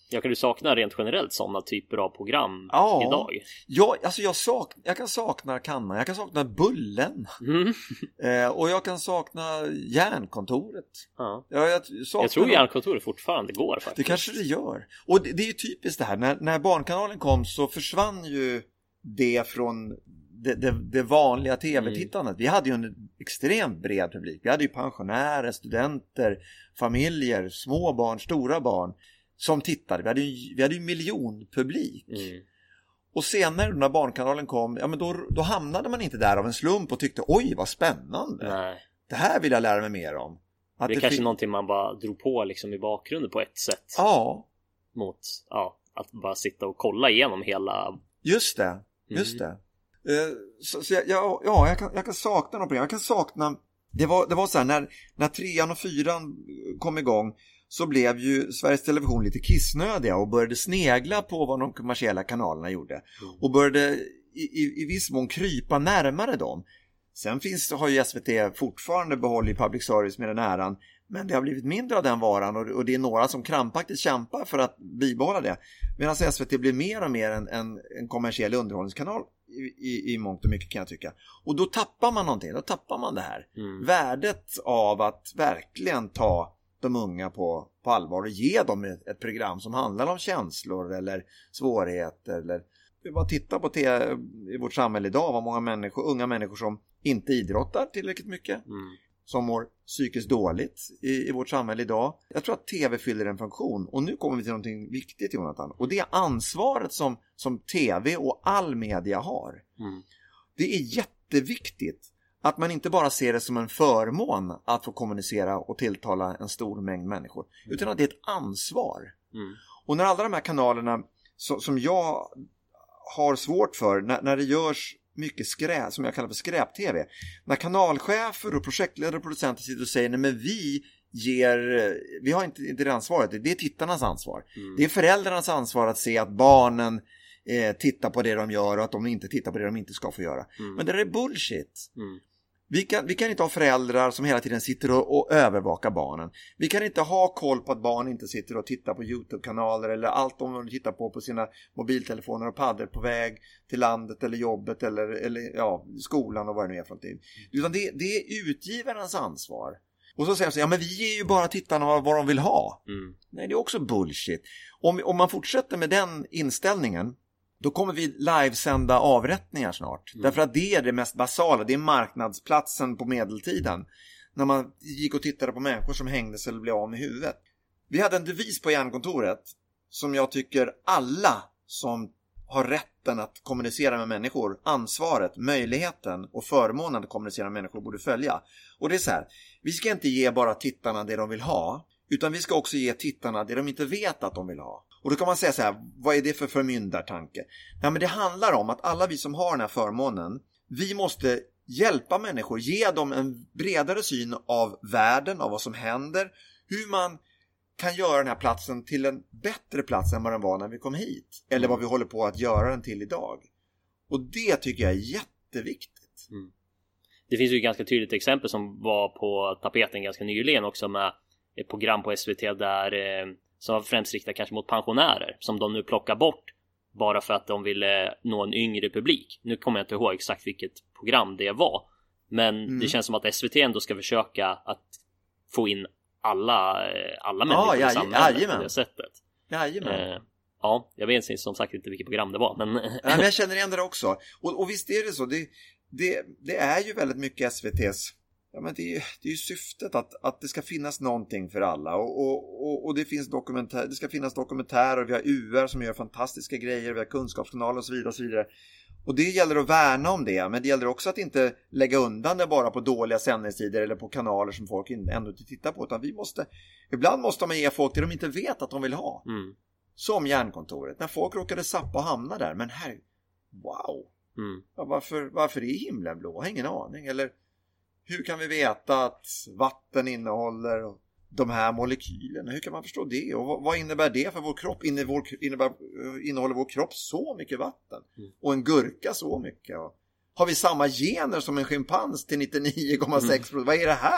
Jag kan du sakna rent generellt sådana typer av program ja. idag? Ja, alltså jag, sak, jag kan sakna Kannan, jag kan sakna Bullen. Mm. eh, och jag kan sakna Järnkontoret. Ja. Ja, jag, jag tror Järnkontoret fortfarande går faktiskt. Det kanske det gör. Och det, det är ju typiskt det här. När, när Barnkanalen kom så försvann ju det från det, det, det vanliga tv-tittandet. Mm. Vi hade ju en extremt bred publik. Vi hade ju pensionärer, studenter, familjer, små barn, stora barn som tittade. Vi hade ju, vi hade ju miljonpublik. Mm. Och senare när Barnkanalen kom, ja, men då, då hamnade man inte där av en slump och tyckte, oj vad spännande. Nej. Det här vill jag lära mig mer om. Att det är det kanske fin- någonting man bara drog på liksom i bakgrunden på ett sätt. Ja. Mot ja, att bara sitta och kolla igenom hela... Just det, just mm. det. Uh, så, så jag, ja, ja jag, kan, jag kan sakna något. Jag kan sakna... Det var, det var så här, när, när trean och fyran kom igång så blev ju Sveriges Television lite kissnödiga och började snegla på vad de kommersiella kanalerna gjorde. Mm. Och började i, i, i viss mån krypa närmare dem. Sen finns, har ju S V T fortfarande behållit public service med den äran. Men det har blivit mindre av den varan och, och det är några som krampaktigt kämpar för att bibehålla det. Medan S V T blir mer och mer en, en, en kommersiell underhållningskanal i, i, i mångt och mycket kan jag tycka. Och då tappar man någonting, då tappar man det här. Mm. Värdet av att verkligen ta de unga på, på allvar och ge dem ett, ett program som handlar om känslor eller svårigheter. Eller vi bara titta på te, i vårt samhälle idag, vad många människor, unga människor som inte idrottar tillräckligt mycket. Mm. Som mår psykiskt dåligt i, i vårt samhälle idag. Jag tror att tv fyller en funktion. Och nu kommer vi till någonting viktigt, Jonathan. Och det är ansvaret som, som tv och all media har. Mm. Det är jätteviktigt att man inte bara ser det som en förmån att få kommunicera och tilltala en stor mängd människor. Mm. Utan att det är ett ansvar. Mm. Och när alla de här kanalerna så, som jag har svårt för, när, när det görs mycket skräp, som jag kallar för skräp-tv. När kanalchefer och projektledare och producenter sitter och säger, nej men vi ger, vi har inte, inte det ansvaret, det är tittarnas ansvar. Mm. Det är föräldrarnas ansvar att se att barnen eh, tittar på det de gör och att de inte tittar på det de inte ska få göra. Mm. Men det är bullshit. Mm. Vi kan, vi kan inte ha föräldrar som hela tiden sitter och, och övervakar barnen. Vi kan inte ha koll på att barn inte sitter och tittar på YouTube-kanaler eller allt de tittar på på sina mobiltelefoner och paddor på väg till landet eller jobbet eller, eller ja, skolan och vad det nu är för någonting. Utan det, det är utgivarens ansvar. Och så säger de så, ja men vi ger ju bara tittarna vad, vad de vill ha. Mm. Nej, det är också bullshit. Om, om man fortsätter med den inställningen, då kommer vi livesända avrättningar snart. Mm. Därför att det är det mest basala. Det är marknadsplatsen på medeltiden. När man gick och tittade på människor som hängdes eller blev av med huvudet. Vi hade en devis på Järnkontoret som jag tycker alla som har rätten att kommunicera med människor, ansvaret, möjligheten och förmånen att kommunicera med människor borde följa. Och det är så här, vi ska inte ge bara tittarna det de vill ha, utan vi ska också ge tittarna det de inte vet att de vill ha. Och då kan man säga så här, vad är det för förmyndartanke? Ja, men det handlar om att alla vi som har den här förmånen, vi måste hjälpa människor, ge dem en bredare syn av världen, av vad som händer, hur man kan göra den här platsen till en bättre plats än vad den var när vi kom hit. Eller vad vi håller på att göra den till idag. Och det tycker jag är jätteviktigt. Mm. Det finns ju ett ganska tydligt exempel som var på tapeten ganska nyligen också med ett program på S V T där eh, som var främst riktat kanske mot pensionärer som de nu plockar bort bara för att de ville nå en yngre publik. Nu kommer jag inte ihåg exakt vilket program det var, men mm. det känns som att S V T ändå ska försöka att få in alla, alla människor ja, i samhället jajamän. på det sättet. Jajamän. Eh, ja, jag vet som sagt inte vilket program det var, men, ja, men jag känner igen det också. Och, och visst är det så, det, det, det är ju väldigt mycket S V T:s. Ja, men det är, det är ju syftet att, att det ska finnas någonting för alla och, och, och, och det, finns dokumentär, det ska finnas dokumentärer, vi har U R som gör fantastiska grejer, vi har kunskapskanaler och så vidare och så vidare. Och det gäller att värna om det, men det gäller också att inte lägga undan det bara på dåliga sändningstider eller på kanaler som folk ändå inte tittar på, utan vi måste, ibland måste man ge folk det de inte vet att de vill ha. Mm. Som Järnkontoret, när folk råkade sappa och hamna där, men här, wow, mm. ja, varför, varför är himlen blå? Jag har ingen aning, eller hur kan vi veta att vatten innehåller de här molekylerna? Hur kan man förstå det? Och vad innebär det för vår kropp? Innebär, innehåller vår kropp så mycket vatten? Mm. Och en gurka så mycket? Har vi samma gener som en schimpans till nittionio komma sex procent? Mm. Vad är det här?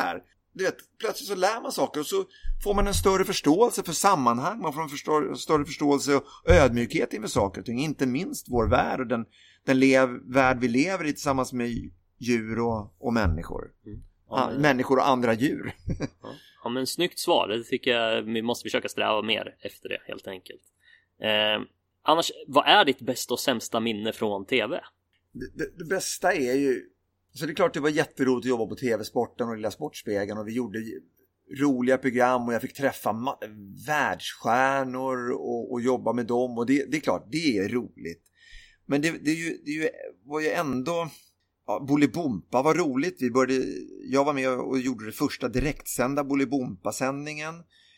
du vet, plötsligt så lär man saker och så får man en större förståelse för sammanhang. Man får en förstå- större förståelse och ödmjukhet inför saker och ting. Inte minst vår värld och den, den lev- värld vi lever i tillsammans med djur och, och människor. Mm. Ja, men... Människor och andra djur. ja. ja, men snyggt svar. Det tycker jag vi måste försöka sträva mer efter det, helt enkelt. Eh, annars, vad är ditt bästa och sämsta minne från tv? Det, det, det bästa är ju... Så det är klart det var jätteroligt att jobba på tv-sporten och Lilla Sportspegeln och vi gjorde roliga program och jag fick träffa ma- världsstjärnor och, och jobba med dem och det, det är klart, det är roligt. Men det, det, är ju, det är ju, var ju ändå... Ja, Bolibompa var roligt. Vi började, jag var med och gjorde det första direktsända Bolibompa-sändningen.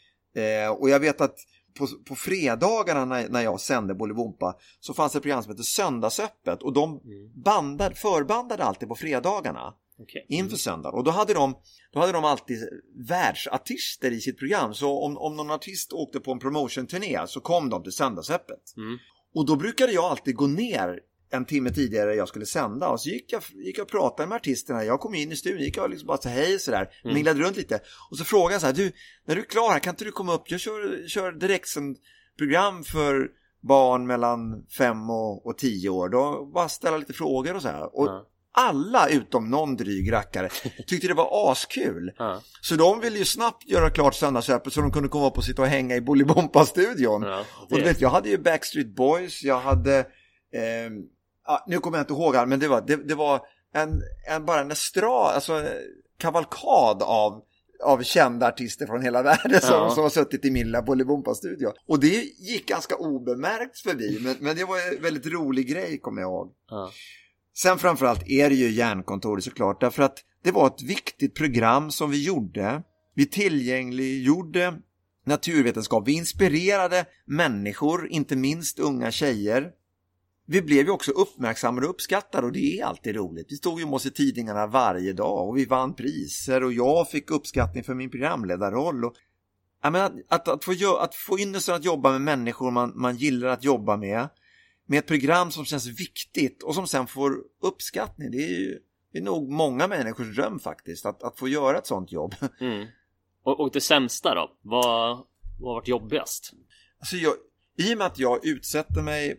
Eh, och jag vet att på, på fredagarna när, när jag sände Bolibompa så fanns det ett program som heter Söndagsöppet. Och de bandade, förbandade alltid på fredagarna. Okay. Mm. Inför söndagen. Och då hade, de, då hade de alltid världsartister i sitt program. Så om, om någon artist åkte på en promotion-turné så kom de till Söndagsöppet. Mm. Och då brukade jag alltid gå ner en timme tidigare jag skulle sända. Och så gick jag, gick jag och pratade med artisterna. Jag kom in i studion, gick jag liksom bara så hej sådär. Mm. Minglade runt lite. Och så frågade jag så här, du, när du är klar här, kan inte du komma upp? Jag kör, kör direkt som program för barn mellan fem och, och tio år. Då bara ställa lite frågor och så här. Och mm. alla utom någon dryg rackare tyckte det var askul. Mm. Så de ville ju snabbt göra klart Söndagsöppet så de kunde komma upp och sitta och hänga i Bolibompa-studion. Mm. Och du vet, jag hade ju Backstreet Boys, jag hade... Eh, ja, nu kommer jag inte ihåg här, men det var, det, det var en, en, bara en estrad, alltså kavalkad av, av kända artister från hela världen som, ja. som har suttit i min lilla Bolibompa-studio. Och det gick ganska obemärkt förbi, men, men det var en väldigt rolig grej, kommer jag ihåg. Ja. Sen framförallt är det ju Järnkontoret såklart, därför att det var ett viktigt program som vi gjorde. Vi tillgängliggjorde naturvetenskap, vi inspirerade människor, inte minst unga tjejer. Vi blev ju också uppmärksammade och uppskattade och det är alltid roligt. Vi stod ju med oss i tidningarna varje dag och vi vann priser och jag fick uppskattning för min programledarroll. Och, jag menar, att, att, att, få, att få ynnesten att jobba med människor man, man gillar att jobba med, med ett program som känns viktigt och som sen får uppskattning, det är ju det är nog många människors dröm faktiskt, att, att få göra ett sånt jobb. Mm. Och, och det sämsta då? Vad, vad har varit jobbigast? Alltså jag, i och med att jag utsätter mig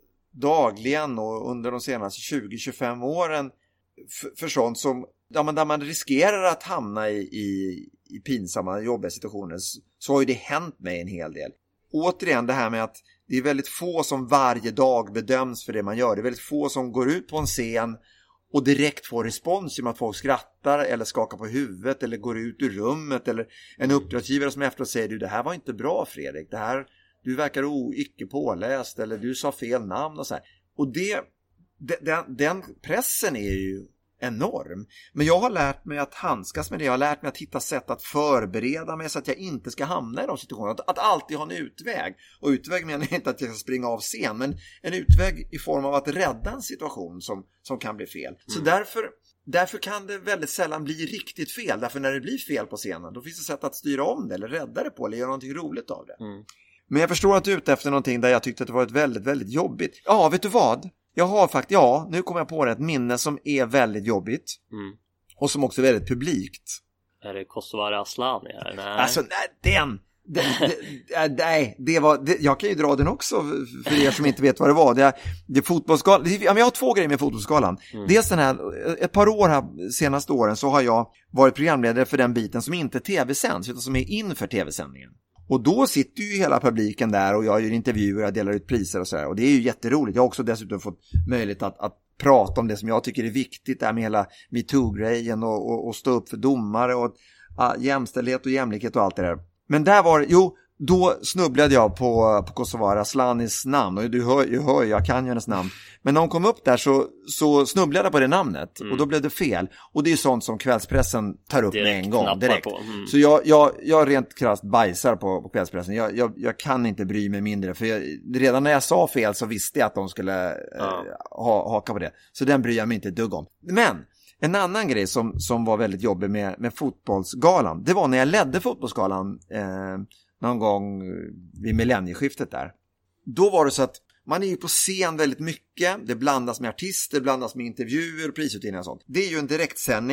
dagligen och under de senaste tjugo till tjugofem åren för, för sånt som ja, men där man riskerar att hamna i, i, i pinsamma jobbiga situationer, så har ju det hänt mig en hel del. Återigen det här med att det är väldigt få som varje dag bedöms för det man gör. Det är väldigt få som går ut på en scen och direkt får respons genom att folk skrattar eller skakar på huvudet eller går ut ur rummet eller en uppdragsgivare som efteråt säger du, det här var inte bra Fredrik, det här du verkar o- icke påläst eller du sa fel namn och så här. Och det, den, den pressen är ju enorm. Men jag har lärt mig att handskas med det. Jag har lärt mig att hitta sätt att förbereda mig så att jag inte ska hamna i de situationerna. Att, att alltid ha en utväg. Och utväg menar jag inte att jag ska springa av scen, men en utväg i form av att rädda en situation som, som kan bli fel. Mm. Så därför, därför kan det väldigt sällan bli riktigt fel. Därför när det blir fel på scenen, då finns det sätt att styra om det eller rädda det på eller göra någonting roligt av det. Mm. Men jag förstår att du är ute efter någonting där jag tyckte att det var ett väldigt, väldigt jobbigt. Ja, vet du vad? Jag har faktiskt, ja, nu kommer jag på det, ett minne som är väldigt jobbigt. Mm. Och som också är väldigt publikt. Är det Kosovare Asllani här? Nej. Alltså, nej, den! den, den nej, det var, det, jag kan ju dra den också för er som inte vet vad det var. Det, det fotbollsskalan, det, jag har två grejer med fotbollsskalan. Mm. Dels den här, ett par år här, senaste åren så har jag varit programledare för den biten som inte tv-sänds utan som är inför tv-sändningen. Och då sitter ju hela publiken där och jag gör intervjuer, jag delar ut priser och så här. Och det är ju jätteroligt. Jag har också dessutom fått möjlighet att, att prata om det som jag tycker är viktigt där med hela MeToo-grejen och, och, och stå upp för domare och uh, jämställdhet och jämlikhet och allt det där. Men där var det, jo, då snubblade jag på, på Kosovare Asllanis namn. Och du hör ju, hör, jag kan ju hennes namn. Men när hon kom upp där så, så snubblade jag på det namnet. Mm. Och då blev det fel. Och det är ju sånt som kvällspressen tar upp direkt med en gång. Direkt. Mm. Så jag, jag, jag rent krasst bajsar på, på kvällspressen. Jag, jag, jag kan inte bry mig mindre. För jag, redan när jag sa fel så visste jag att de skulle ja. eh, ha, haka på det. Så den bryr jag mig inte ett dugg om. Men en annan grej som, som var väldigt jobbig med, med fotbollsgalan. Det var när jag ledde fotbollsgalan eh, någon gång vid millennieskiftet där. Då var det så att man är ju på scen väldigt mycket. Det blandas med artister, blandas med intervjuer och prisutdelningar och sånt. Det är ju en direktsändning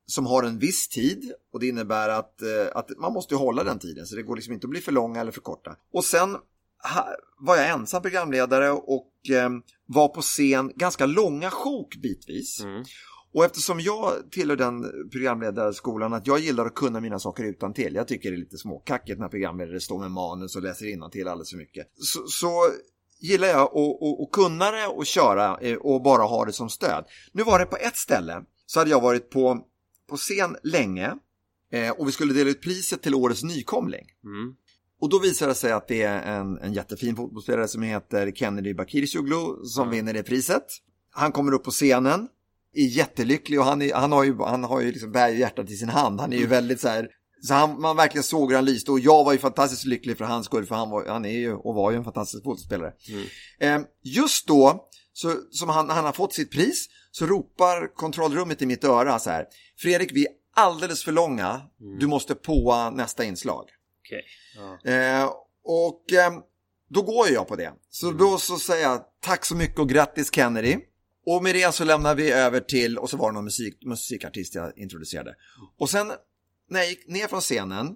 som har en viss tid. Och det innebär att, eh, att man måste hålla den tiden. Så det går liksom inte att bli för långa eller för korta. Och sen ha, var jag ensam programledare och eh, var på scen ganska långa sjok bitvis. Mm. Och eftersom jag tillhör den programledarskolan att jag gillar att kunna mina saker utan till. Jag tycker det är lite småkackigt när programledare står med manus och läser innantill alldeles för mycket. Så, så gillar jag att, att, att kunna det och köra och bara ha det som stöd. Nu var det på ett ställe så hade jag varit på, på scen länge eh, och vi skulle dela ut priset till årets nykomling. Mm. Och då visade det sig att det är en, en jättefin fotbollsspelare som heter Kennedy Bakircioglu som mm. vinner det priset. Han kommer upp på scenen. Är jättelycklig och han, är, han har ju, han har ju liksom bär hjärtat i sin hand. Han är ju mm. väldigt så här, så han, man verkligen såg hur han lyste och jag var ju fantastiskt lycklig för hans skull för han, var, han är ju och var ju en fantastisk fotbollsspelare. Mm. Eh, just då, så, som han, han har fått sitt pris så ropar kontrollrummet i mitt öra så här: Fredrik, vi är alldeles för långa, mm. du måste på nästa inslag. Okay. Ja. Eh, och eh, då går jag på det. Så mm. då så säger jag tack så mycket och grattis Kennedy. Och med det så lämnar vi över till, och så var det någon musik, musikartist jag introducerade. Och sen när jag gick ner från scenen,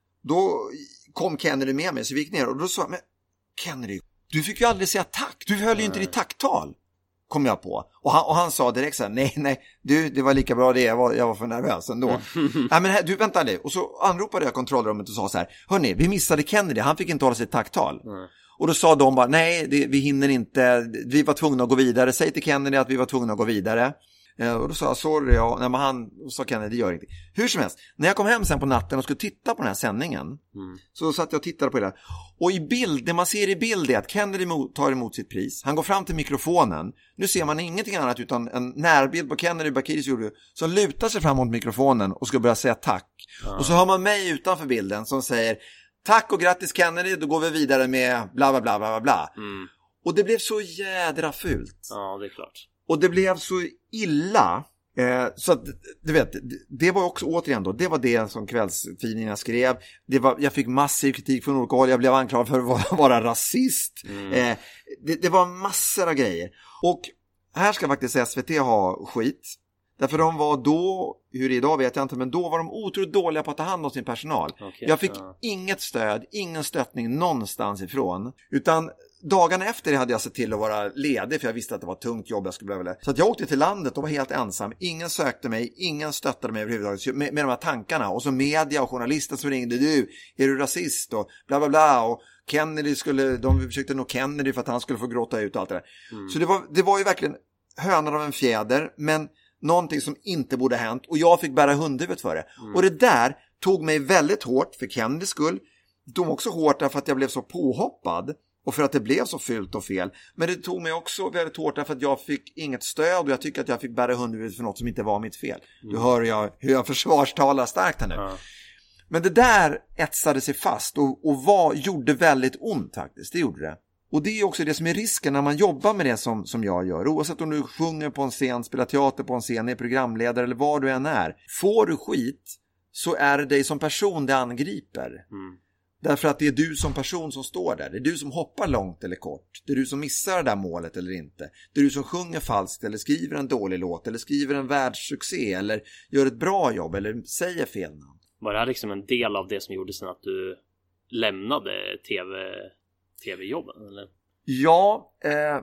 då kom Kennedy med mig, så vi gick ner och då sa jag, men Kennedy, du fick ju aldrig säga tack, du höll ju inte ditt tacktal, kom jag på. Och han, och han sa direkt så här, nej, nej, du, det var lika bra det, jag var, jag var för nervös ändå. Nej, men här, du, vänta lite. Och så anropade jag kontrollrummet och sa så här, hörni, vi missade Kennedy, han fick inte hålla sitt tacktal. Mm. Och då sa de bara, nej, det, vi hinner inte, vi var tvungna att gå vidare. Säg till Kennedy att vi var tvungna att gå vidare. Eh, och då sa jag, sorry, ja. Nej, men han sa Kennedy, det gör ingenting. Hur som helst, när jag kom hem sen på natten och skulle titta på den här sändningen, mm. så satt jag och tittade på det. Och i bild, det man ser i bild är att Kennedy tar emot sitt pris. Han går fram till mikrofonen. Nu ser man ingenting annat utan en närbild på Kennedy Bakircioglu som lutar sig fram mot mikrofonen och ska börja säga tack. Mm. Och så hör man mig utanför bilden som säger, tack och grattis Kennedy, då går vi vidare med bla bla bla bla bla. Mm. Och det blev så jädra fult. Ja, det är klart. Och det blev så illa. Eh, så att, du vet, det, det var också återigen då, det var det som kvällstidningarna skrev. Det var, jag fick massiv kritik från olika håll. Jag blev anklagad för att vara, vara rasist. Mm. Eh, det, det var massor av grejer. Och här ska faktiskt S V T ha skit. Därför de var då, hur det är idag vet jag inte, men då var de otroligt dåliga på att ta hand om sin personal. Okay, jag fick ja. inget stöd, ingen stöttning någonstans ifrån. Utan dagarna efter det hade jag sett till att vara ledig för jag visste att det var ett tungt jobb jag skulle behöva. Så att jag åkte till landet och var helt ensam. Ingen sökte mig, ingen stöttade mig överhuvudtaget med, med de här tankarna. Och så media och journalister som ringde, du, är du rasist? Och bla bla bla. Och Kennedy skulle, de försökte nå Kennedy för att han skulle få gråta ut och allt det där. Mm. Så det var, det var ju verkligen hönan av en fjäder, men någonting som inte borde hänt och jag fick bära hundhuvudet för det. Mm. Och det där tog mig väldigt hårt för Kennedys skull. Det tog också hårt därför att jag blev så påhoppad och för att det blev så fult och fel. Men det tog mig också väldigt hårt därför att jag fick inget stöd och jag tycker att jag fick bära hundhuvudet för något som inte var mitt fel. Mm. Du hör jag hur jag försvarstalar starkt här nu. Mm. Men det där etsade sig fast och, och var, gjorde väldigt ont faktiskt. Det gjorde det. Och det är också det som är risken när man jobbar med det som, som jag gör. Oavsett om du sjunger på en scen, spelar teater på en scen, är programledare eller vad du än är. Får du skit så är det dig som person det angriper. Mm. Därför att det är du som person som står där. Det är du som hoppar långt eller kort. Det är du som missar det där målet eller inte. Det är du som sjunger falskt eller skriver en dålig låt eller skriver en världssuccé eller gör ett bra jobb eller säger fel namn. Var det här liksom en del av det som gjorde sen att du lämnade tv... tv-jobben, eller? Ja, eh,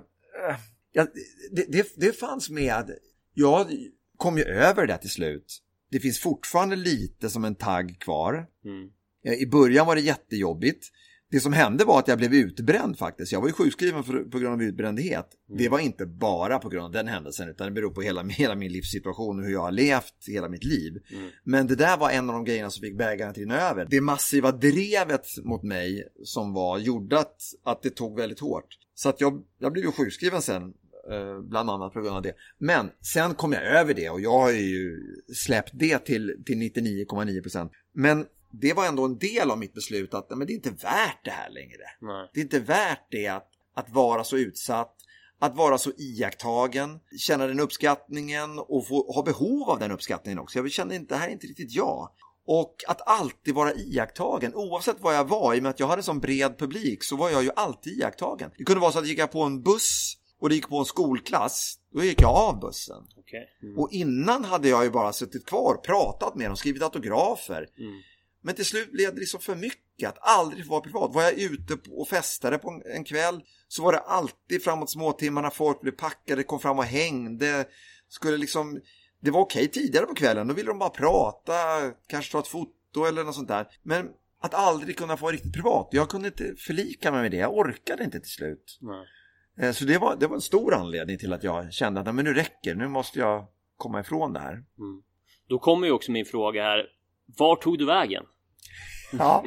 ja det, det, det fanns med. Jag kom ju över det till slut. Det finns fortfarande lite som en tagg kvar. Mm. I början var det jättejobbigt. Det som hände var att jag blev utbränd faktiskt. Jag var ju sjukskriven för, på grund av utbrändhet. Mm. Det var inte bara på grund av den händelsen utan det beror på hela, hela min livssituation och hur jag har levt hela mitt liv. Mm. Men det där var en av de grejerna som fick bägaren till över. Det massiva drevet mot mig som var gjorde att, att det tog väldigt hårt. Så att jag, jag blev ju sjukskriven sen. Bland annat på grund av det. Men sen kom jag över det och jag har ju släppt det till, till nittionio komma nio procent. Men det var ändå en del av mitt beslut att men det är inte värt det här längre. Nej. Det är inte värt det att, att vara så utsatt, att vara så iakttagen, känna den uppskattningen och få, ha behov av den uppskattningen också. Jag kände inte, det här är inte riktigt jag. Och att alltid vara iakttagen, oavsett vad jag var, i och med att jag hade en sån bred publik så var jag ju alltid iakttagen. Det kunde vara så att jag gick på en buss och det gick på en skolklass, då gick jag av bussen. Okay. Mm. Och innan hade jag ju bara suttit kvar, pratat med dem, skrivit autografer. Mm. Men till slut blev det liksom för mycket att aldrig få vara privat. Var jag ute och festade på en kväll, så var det alltid framåt småtimmarna, folk blev packade, kom fram och hängde. Skulle liksom, det var okej tidigare på kvällen, då ville de bara prata, kanske ta ett foto eller något sånt där. Men att aldrig kunna få riktigt privat, jag kunde inte förlika mig med det, jag orkade inte till slut. Nej. Så det var, det var en stor anledning till att jag kände att men nu räcker, nu måste jag komma ifrån det här. Mm. Då kommer ju också min fråga här, var tog du vägen? Ja,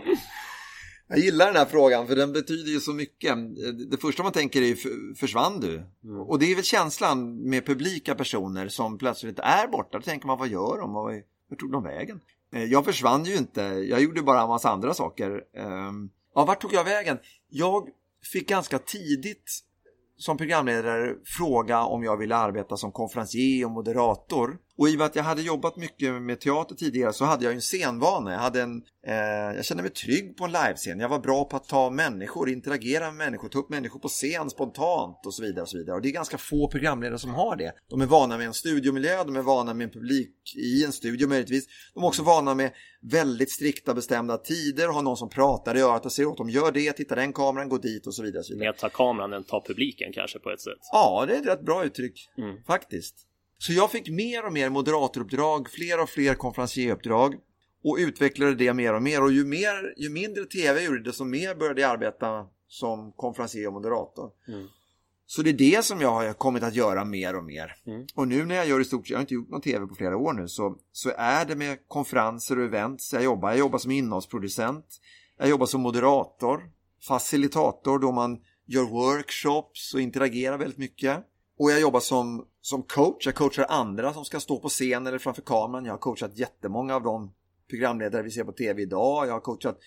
jag gillar den här frågan för den betyder ju så mycket. Det första man tänker är ju, försvann du? Mm. Och det är väl känslan med publika personer som plötsligt är borta. Då tänker man, vad gör de? Vad, vad tog de vägen? Jag försvann ju inte, jag gjorde bara en massa andra saker. Ja, vart tog jag vägen? Jag fick ganska tidigt som programledare fråga om jag ville arbeta som konferencier och moderator. Och i och med att jag hade jobbat mycket med teater tidigare så hade jag en scenvana. Jag, hade en, eh, jag kände mig trygg på en livescen. Jag var bra på att ta människor, interagera med människor, ta upp människor på scen spontant och så vidare. Och så vidare. Och det är ganska få programledare som har det. De är vana med en studiomiljö, de är vana med en publik i en studio möjligtvis. De är också vana med väldigt strikta bestämda tider och har någon som pratar i örat och säger åt dem, gör det, titta den kameran, gå dit och så vidare. Och så vidare. Mer ta kameran än ta publiken kanske på ett sätt. Ja, det är ett rätt bra uttryck mm. faktiskt. Så jag fick mer och mer moderatoruppdrag, fler och fler konferencieruppdrag och utvecklade det mer och mer. Och ju, mer, ju mindre tv jag gjorde, desto mer började jag arbeta som konferencier och moderator. Mm. Så det är det som jag har kommit att göra mer och mer. Mm. Och nu när jag gör i stort, jag har inte gjort någon tv på flera år nu, så, så är det med konferenser och events jag jobbar. Jag jobbar som innehållsproducent, jag jobbar som moderator, facilitator då man gör workshops och interagerar väldigt mycket. Och jag jobbar som, som coach. Jag coachar andra som ska stå på scen eller framför kameran. Jag har coachat jättemånga av de programledare vi ser på tv idag. Jag har coachat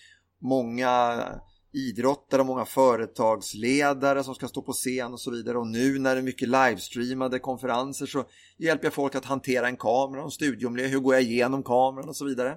många idrottare, många företagsledare som ska stå på scen och så vidare. Och nu när det är mycket livestreamade konferenser så hjälper jag folk att hantera en kamera och studiomiljö. Hur går jag igenom kameran och så vidare.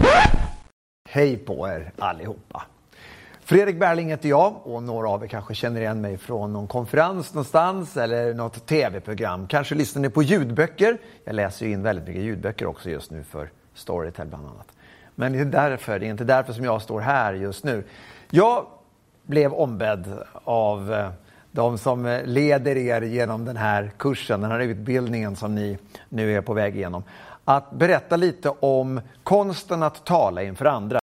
Hej på er allihopa. Fredrik Berling heter jag och några av er kanske känner igen mig från någon konferens någonstans eller något tv-program. Kanske lyssnar ni på ljudböcker. Jag läser ju in väldigt mycket ljudböcker också just nu för Storytel bland annat. Men det är därför, det är inte därför som jag står här just nu. Jag blev ombedd av de som leder er genom den här kursen, den här utbildningen som ni nu är på väg igenom, att berätta lite om konsten att tala inför andra.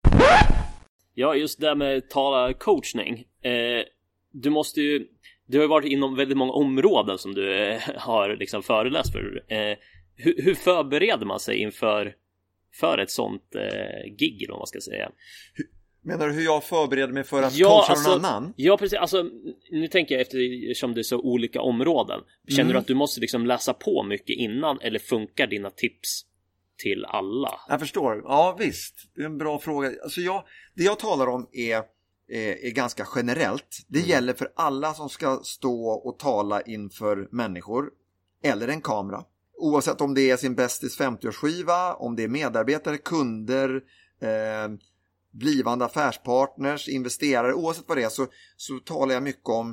Ja, just det här med tala coachning. Eh, du måste ju, du har ju varit inom väldigt många områden som du eh, har liksom föreläst för. Eh, hur, hur förbereder man sig inför för ett sånt eh, gig, om man ska säga? Menar du hur jag förbereder mig för att ja, coacha alltså, någon annan? Ja, precis. Alltså, nu tänker jag eftersom det är så olika områden. Känner mm. du att du måste liksom läsa på mycket innan, eller funkar dina tips till alla? Jag förstår. Ja, visst. Det är en bra fråga. Alltså jag, det jag talar om är, är, är ganska generellt. Det mm. gäller för alla som ska stå och tala inför människor eller en kamera. Oavsett om det är sin bästis femtioårsskiva, om det är medarbetare, kunder, eh, blivande affärspartners, investerare. Oavsett vad det är så, så talar jag mycket om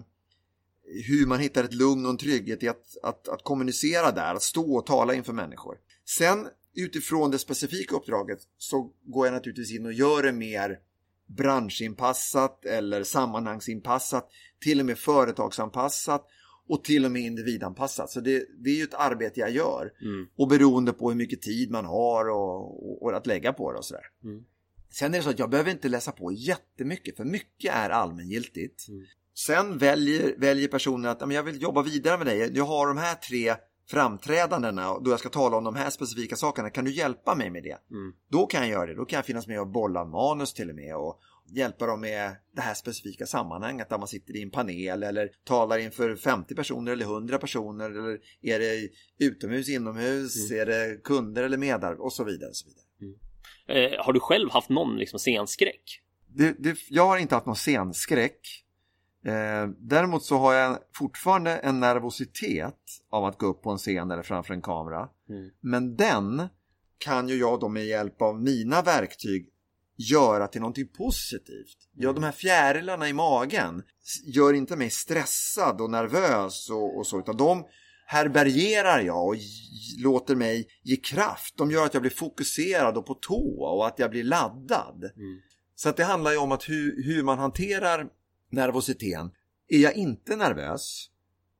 hur man hittar ett lugn och en trygghet i att, att, att kommunicera där, att stå och tala inför människor. Sen utifrån det specifika uppdraget så går jag naturligtvis in och gör det mer branschinpassat eller sammanhangsinpassat, till och med företagsanpassat och till och med individanpassat. Så det, det är ju ett arbete jag gör. Mm. Och beroende på hur mycket tid man har och, och, och att lägga på det och sådär. Mm. Sen är det så att jag behöver inte läsa på jättemycket, för mycket är allmängiltigt. Mm. Sen väljer, väljer personen att jag vill jobba vidare med dig. Jag har de här tre framträdandena då jag ska tala om de här specifika sakerna. Kan du hjälpa mig med det? Mm. Då kan jag göra det. Då kan jag finnas med och bolla manus till och med och hjälpa dem med det här specifika sammanhanget där man sitter i en panel eller talar inför femtio personer eller hundra personer, eller är det utomhus, inomhus, mm. är det kunder eller medarbetare och så vidare. Och så vidare. Mm. Eh, har du själv haft någon liksom scenskräck? Det, det, jag har inte haft någon scenskräck. Eh, däremot så har jag fortfarande en nervositet av att gå upp på en scen eller framför en kamera. Mm. Men den kan ju jag då med hjälp av mina verktyg göra till någonting positivt. Ja, de här fjärilarna i magen gör inte mig stressad och nervös och, och så, utan de härbärgerar jag och låter mig ge kraft. De gör att jag blir fokuserad och på tå och att jag blir laddad. Mm. Så att det handlar ju om att hur, hur man hanterar nervositeten. Är jag inte nervös,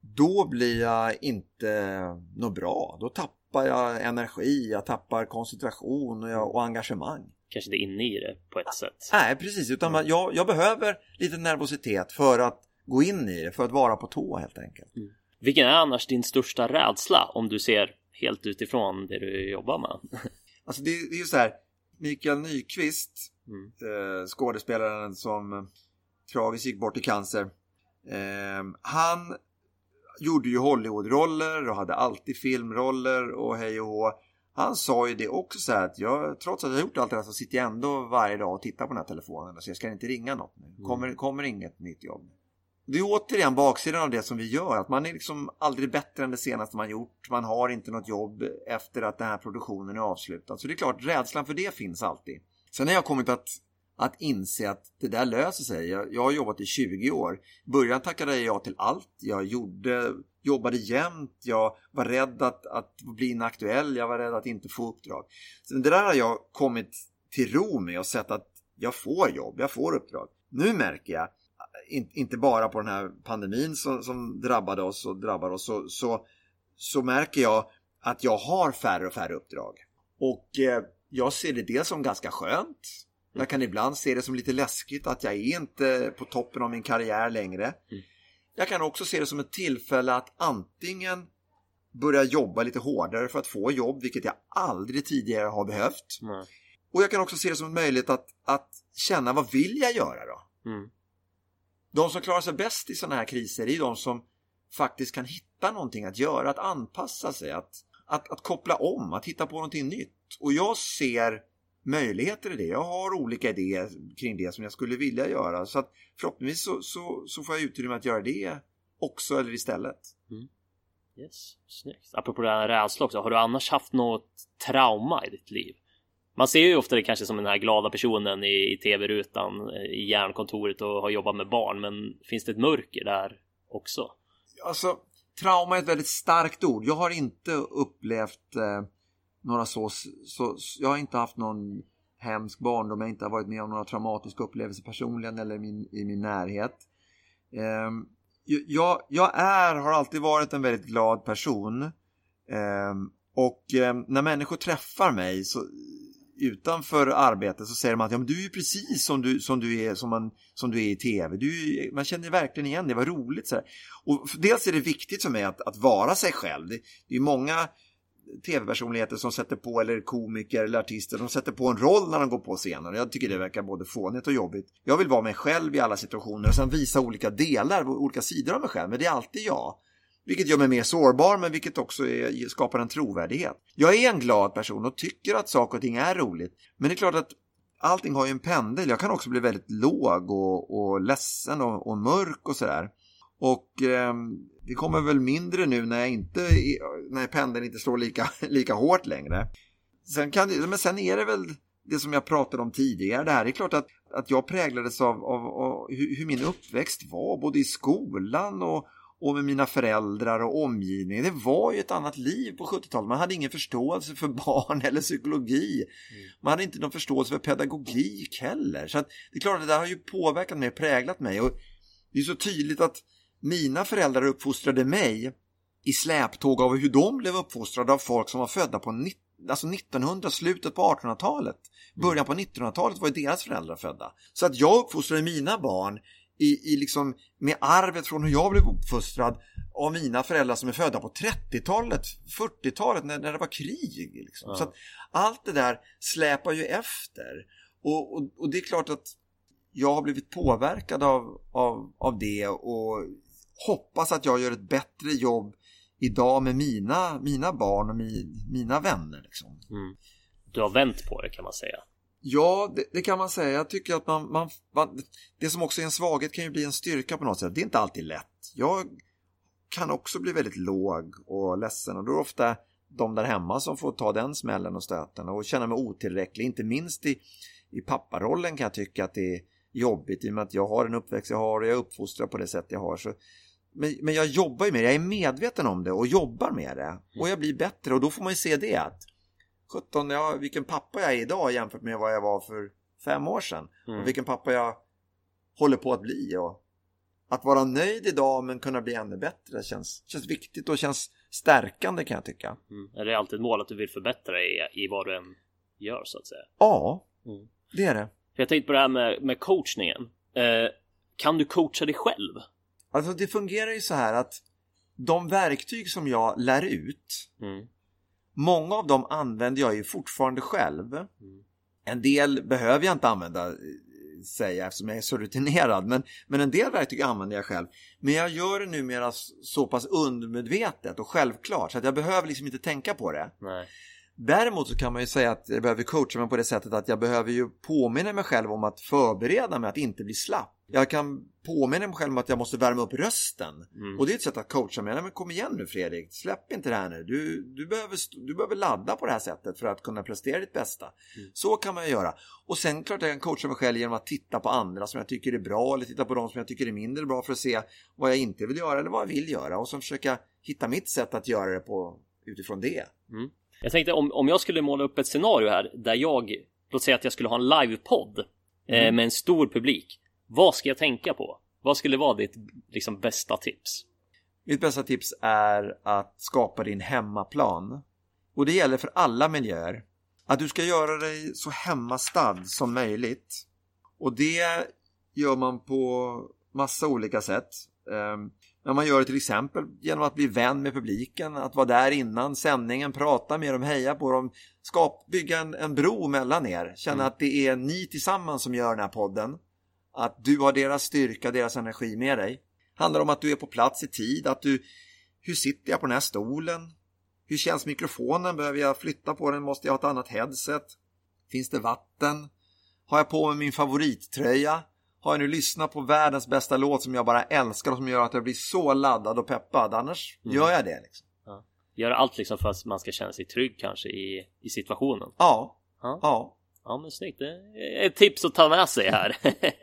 då blir jag inte något bra. Då tappar jag energi, jag tappar koncentration och, jag, och engagemang. Kanske inte inne i det på ett sätt. Nej, precis. Utan man, jag, jag behöver lite nervositet för att gå in i det, för att vara på tå helt enkelt. Mm. Vilken är annars din största rädsla om du ser helt utifrån det du jobbar med? Alltså det, det är ju så här, Mikael Nyqvist, mm. eh, skådespelaren som eh, tragiskt gick bort i cancer. Eh, han gjorde ju Hollywood-roller och hade alltid filmroller och hej och hå. Han sa ju det också så här att jag, trots att jag gjort allt det här så sitter jag ändå varje dag och tittar på den här telefonen och så jag ska inte ringa något nu. Kommer, kommer inget nytt jobb. Det är återigen baksidan av det som vi gör. Att man är liksom aldrig bättre än det senaste man gjort. Man har inte något jobb efter att den här produktionen är avslutad. Så det är klart, rädslan för det finns alltid. Sen har jag kommit att, att inse att det där löser sig. Jag, jag har jobbat i tjugo år. I början tackade jag till allt. Jag gjorde, jobbade jämt. Jag var rädd att, att bli inaktuell. Jag var rädd att inte få uppdrag. Så det där har jag kommit till ro med och sett att jag får jobb. Jag får uppdrag. Nu märker jag, In, inte bara på den här pandemin som, som drabbade oss och drabbar oss, så, så, så märker jag att jag har färre och färre uppdrag. Och eh, jag ser det dels som ganska skönt. Jag kan ibland se det som lite läskigt att jag är inte på toppen av min karriär längre. Mm. Jag kan också se det som ett tillfälle att antingen börja jobba lite hårdare för att få jobb, vilket jag aldrig tidigare har behövt. Mm. Och jag kan också se det som en möjlighet att, att känna, vad vill jag göra då? Mm. De som klarar sig bäst i sådana här kriser är de som faktiskt kan hitta någonting att göra, att anpassa sig, att, att, att koppla om, att hitta på någonting nytt. Och jag ser möjligheter i det. Jag har olika idéer kring det som jag skulle vilja göra. Så att förhoppningsvis så, så, så får jag utrymme att göra det också eller istället. Mm. Yes, snyggt. Apropå det här rädsla också, har du annars haft något trauma i ditt liv? Man ser ju ofta det kanske som den här glada personen i, i tv-rutan i Järnkontoret och har jobbat med barn. Men finns det ett mörker där också? Alltså, trauma är ett väldigt starkt ord. Jag har inte upplevt eh, några så, så... Jag har inte haft någon hemsk barndom. Jag har inte varit med om några traumatiska upplevelser personligen eller i min, i min närhet. Eh, jag, jag är, har alltid varit en väldigt glad person. Eh, och eh, när människor träffar mig så... utanför arbetet så säger man att ja, men du är precis som du, som du är som, man, som du är i tv. Du, man känner verkligen igen det, var roligt. Så här. Och dels är det viktigt för mig att, att vara sig själv. Det, det är många tv-personligheter som sätter på, eller komiker eller artister, de sätter på en roll när de går på scenen. Jag tycker det verkar både fånigt och jobbigt. Jag vill vara mig själv i alla situationer och sen visa olika delar, olika sidor av mig själv. Men det är alltid jag. Vilket gör mig mer sårbar, men vilket också är, skapar en trovärdighet. Jag är en glad person och tycker att saker och ting är roligt. Men det är klart att allting har ju en pendel. Jag kan också bli väldigt låg och, och ledsen och, och mörk och sådär. Och eh, det kommer väl mindre nu när jag inte, när pendeln inte slår lika, lika hårt längre. Sen kan det, men sen är det väl det som jag pratade om tidigare. Det här är klart att, att jag präglades av, av, av hur, hur min uppväxt var, både i skolan och och med mina föräldrar och omgivning. Det var ju ett annat liv på sjuttiotalet. Man hade ingen förståelse för barn eller psykologi. Mm. Man hade inte någon förståelse för pedagogik heller. Så att det är klart att det där har ju påverkat mig, präglat mig. Och det är så tydligt att mina föräldrar uppfostrade mig i släptåg av hur de blev uppfostrade av folk som var födda på alltså nittonhundra, slutet på artonhundratalet. Början på nittonhundratalet var ju deras föräldrar födda. Så att jag uppfostrade mina barn I, i liksom med arvet från hur jag blev uppfostrad av mina föräldrar som är födda på trettiotalet, fyrtiotalet när, när det var krig liksom. Ja. Så att allt det där släpar ju efter och, och, och det är klart att jag har blivit påverkad av, av, av det och hoppas att jag gör ett bättre jobb idag med mina, mina barn och mi, mina vänner liksom. Mm. Du har vänt på det kan man säga. Ja, det, det kan man säga. Jag tycker att man, man, man... Det som också är en svaghet kan ju bli en styrka på något sätt. Det är inte alltid lätt. Jag kan också bli väldigt låg och ledsen. Och då är det ofta de där hemma som får ta den smällen och stöten. Och känna mig otillräcklig. Inte minst i, i papparollen kan jag tycka att det är jobbigt i och med att jag har en uppväxt jag har och jag är uppfostrad på det sätt jag har. Så, men, men jag jobbar ju med det, jag är medveten om det och jobbar med det. Och jag blir bättre och då får man ju se det att sjutton, ja, vilken pappa jag är idag jämfört med vad jag var för fem år sedan. Mm. Och vilken pappa jag håller på att bli. Och att vara nöjd idag men kunna bli ännu bättre känns, känns viktigt och känns stärkande kan jag tycka. Mm. Är det alltid ett mål att du vill förbättra dig i vad du än gör så att säga? Ja, mm. det är det. Jag tänkte på det här med, med coachningen. Eh, kan du coacha dig själv? Alltså det fungerar ju så här att de verktyg som jag lär ut, mm. många av dem använder jag ju fortfarande själv. Mm. En del behöver jag inte använda, säga, eftersom jag är så rutinerad. Men, men en del verktyg använder jag själv. Men jag gör det numera så pass undermedvetet och självklart så att jag behöver liksom inte tänka på det. Nej. Däremot så kan man ju säga att jag behöver coacha mig på det sättet att jag behöver ju påminna mig själv om att förbereda mig att inte bli slapp. Jag kan påminna mig själv om att jag måste värma upp rösten. Mm. Och det är ett sätt att coacha mig. Nej, men kom igen nu Fredrik, släpp inte det här nu. Du, du, behöver, du behöver ladda på det här sättet för att kunna prestera ditt bästa. Mm. Så kan man ju göra. Och sen klart jag kan coacha mig själv genom att titta på andra som jag tycker är bra. Eller titta på de som jag tycker är mindre bra för att se vad jag inte vill göra eller vad jag vill göra. Och så försöka hitta mitt sätt att göra det på utifrån det. Mm. Jag tänkte om, om jag skulle måla upp ett scenario här där jag, låt säga att jag skulle ha en livepodd mm. eh, med en stor publik. Vad ska jag tänka på? Vad skulle vara ditt liksom, bästa tips? Mitt bästa tips är att skapa din hemmaplan. Och det gäller för alla miljöer. Att du ska göra dig så hemmastad som möjligt. Och det gör man på massa olika sätt. Um, när man gör det till exempel genom att bli vän med publiken. Att vara där innan sändningen, prata med dem, heja på dem. Skap, bygga en, en bro mellan er. Känna mm. att det är ni tillsammans som gör den här podden. Att du har deras styrka, deras energi med dig. Handlar om att du är på plats i tid. Att du, hur sitter jag på den här stolen? Hur känns mikrofonen? Behöver jag flytta på den? Måste jag ha ett annat headset? Finns det vatten? Har jag på mig min favorittröja? Har jag nu lyssnat på världens bästa låt som jag bara älskar och som gör att jag blir så laddad och peppad? Annars mm. gör jag det liksom. Ja. Gör allt liksom för att man ska känna sig trygg kanske i, i situationen. Ja, ja. ja. Ja, men snyggt. Det är ett tips att ta med sig här.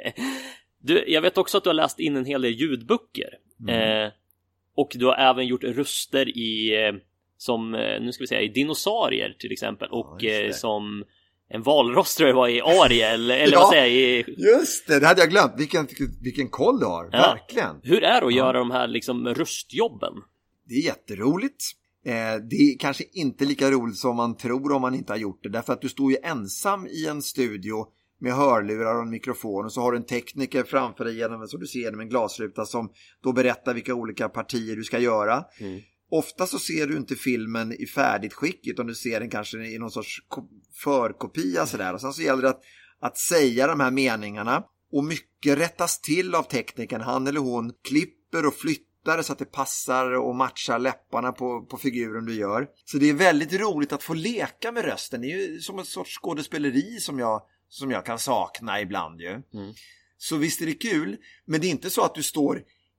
Du, jag vet också att du har läst in en hel del ljudböcker. Mm. Eh, och du har även gjort röster i, eh, som, nu ska vi säga, i dinosaurier till exempel. Och ja, eh, som en valrostrare var i Ariel. Eller ja, vad säger jag? I... Just det, det hade jag glömt. Vilken, vilken koll du har, ja. Verkligen. Hur är det att ja. göra de här liksom, röstjobben? Det är jätteroligt. Det är kanske inte lika roligt som man tror om man inte har gjort det. Därför att du står ju ensam i en studio med hörlurar och en mikrofon. Och så har du en tekniker framför dig genom, så du ser genom en glasruta som då berättar vilka olika partier du ska göra. Mm. Ofta så ser du inte filmen i färdigt skick utan du ser den kanske i någon sorts förkopia sådär. Och sen så gäller det att, att säga de här meningarna. Och mycket rättas till av teknikern. Han eller hon klipper och flyttar så att det passar och matchar läpparna på, på figuren du gör. Så det är väldigt roligt att få leka med rösten. Det är ju som en sorts skådespeleri som jag, som jag kan sakna ibland ju. Mm. Så visst är det kul, men det är inte så att du står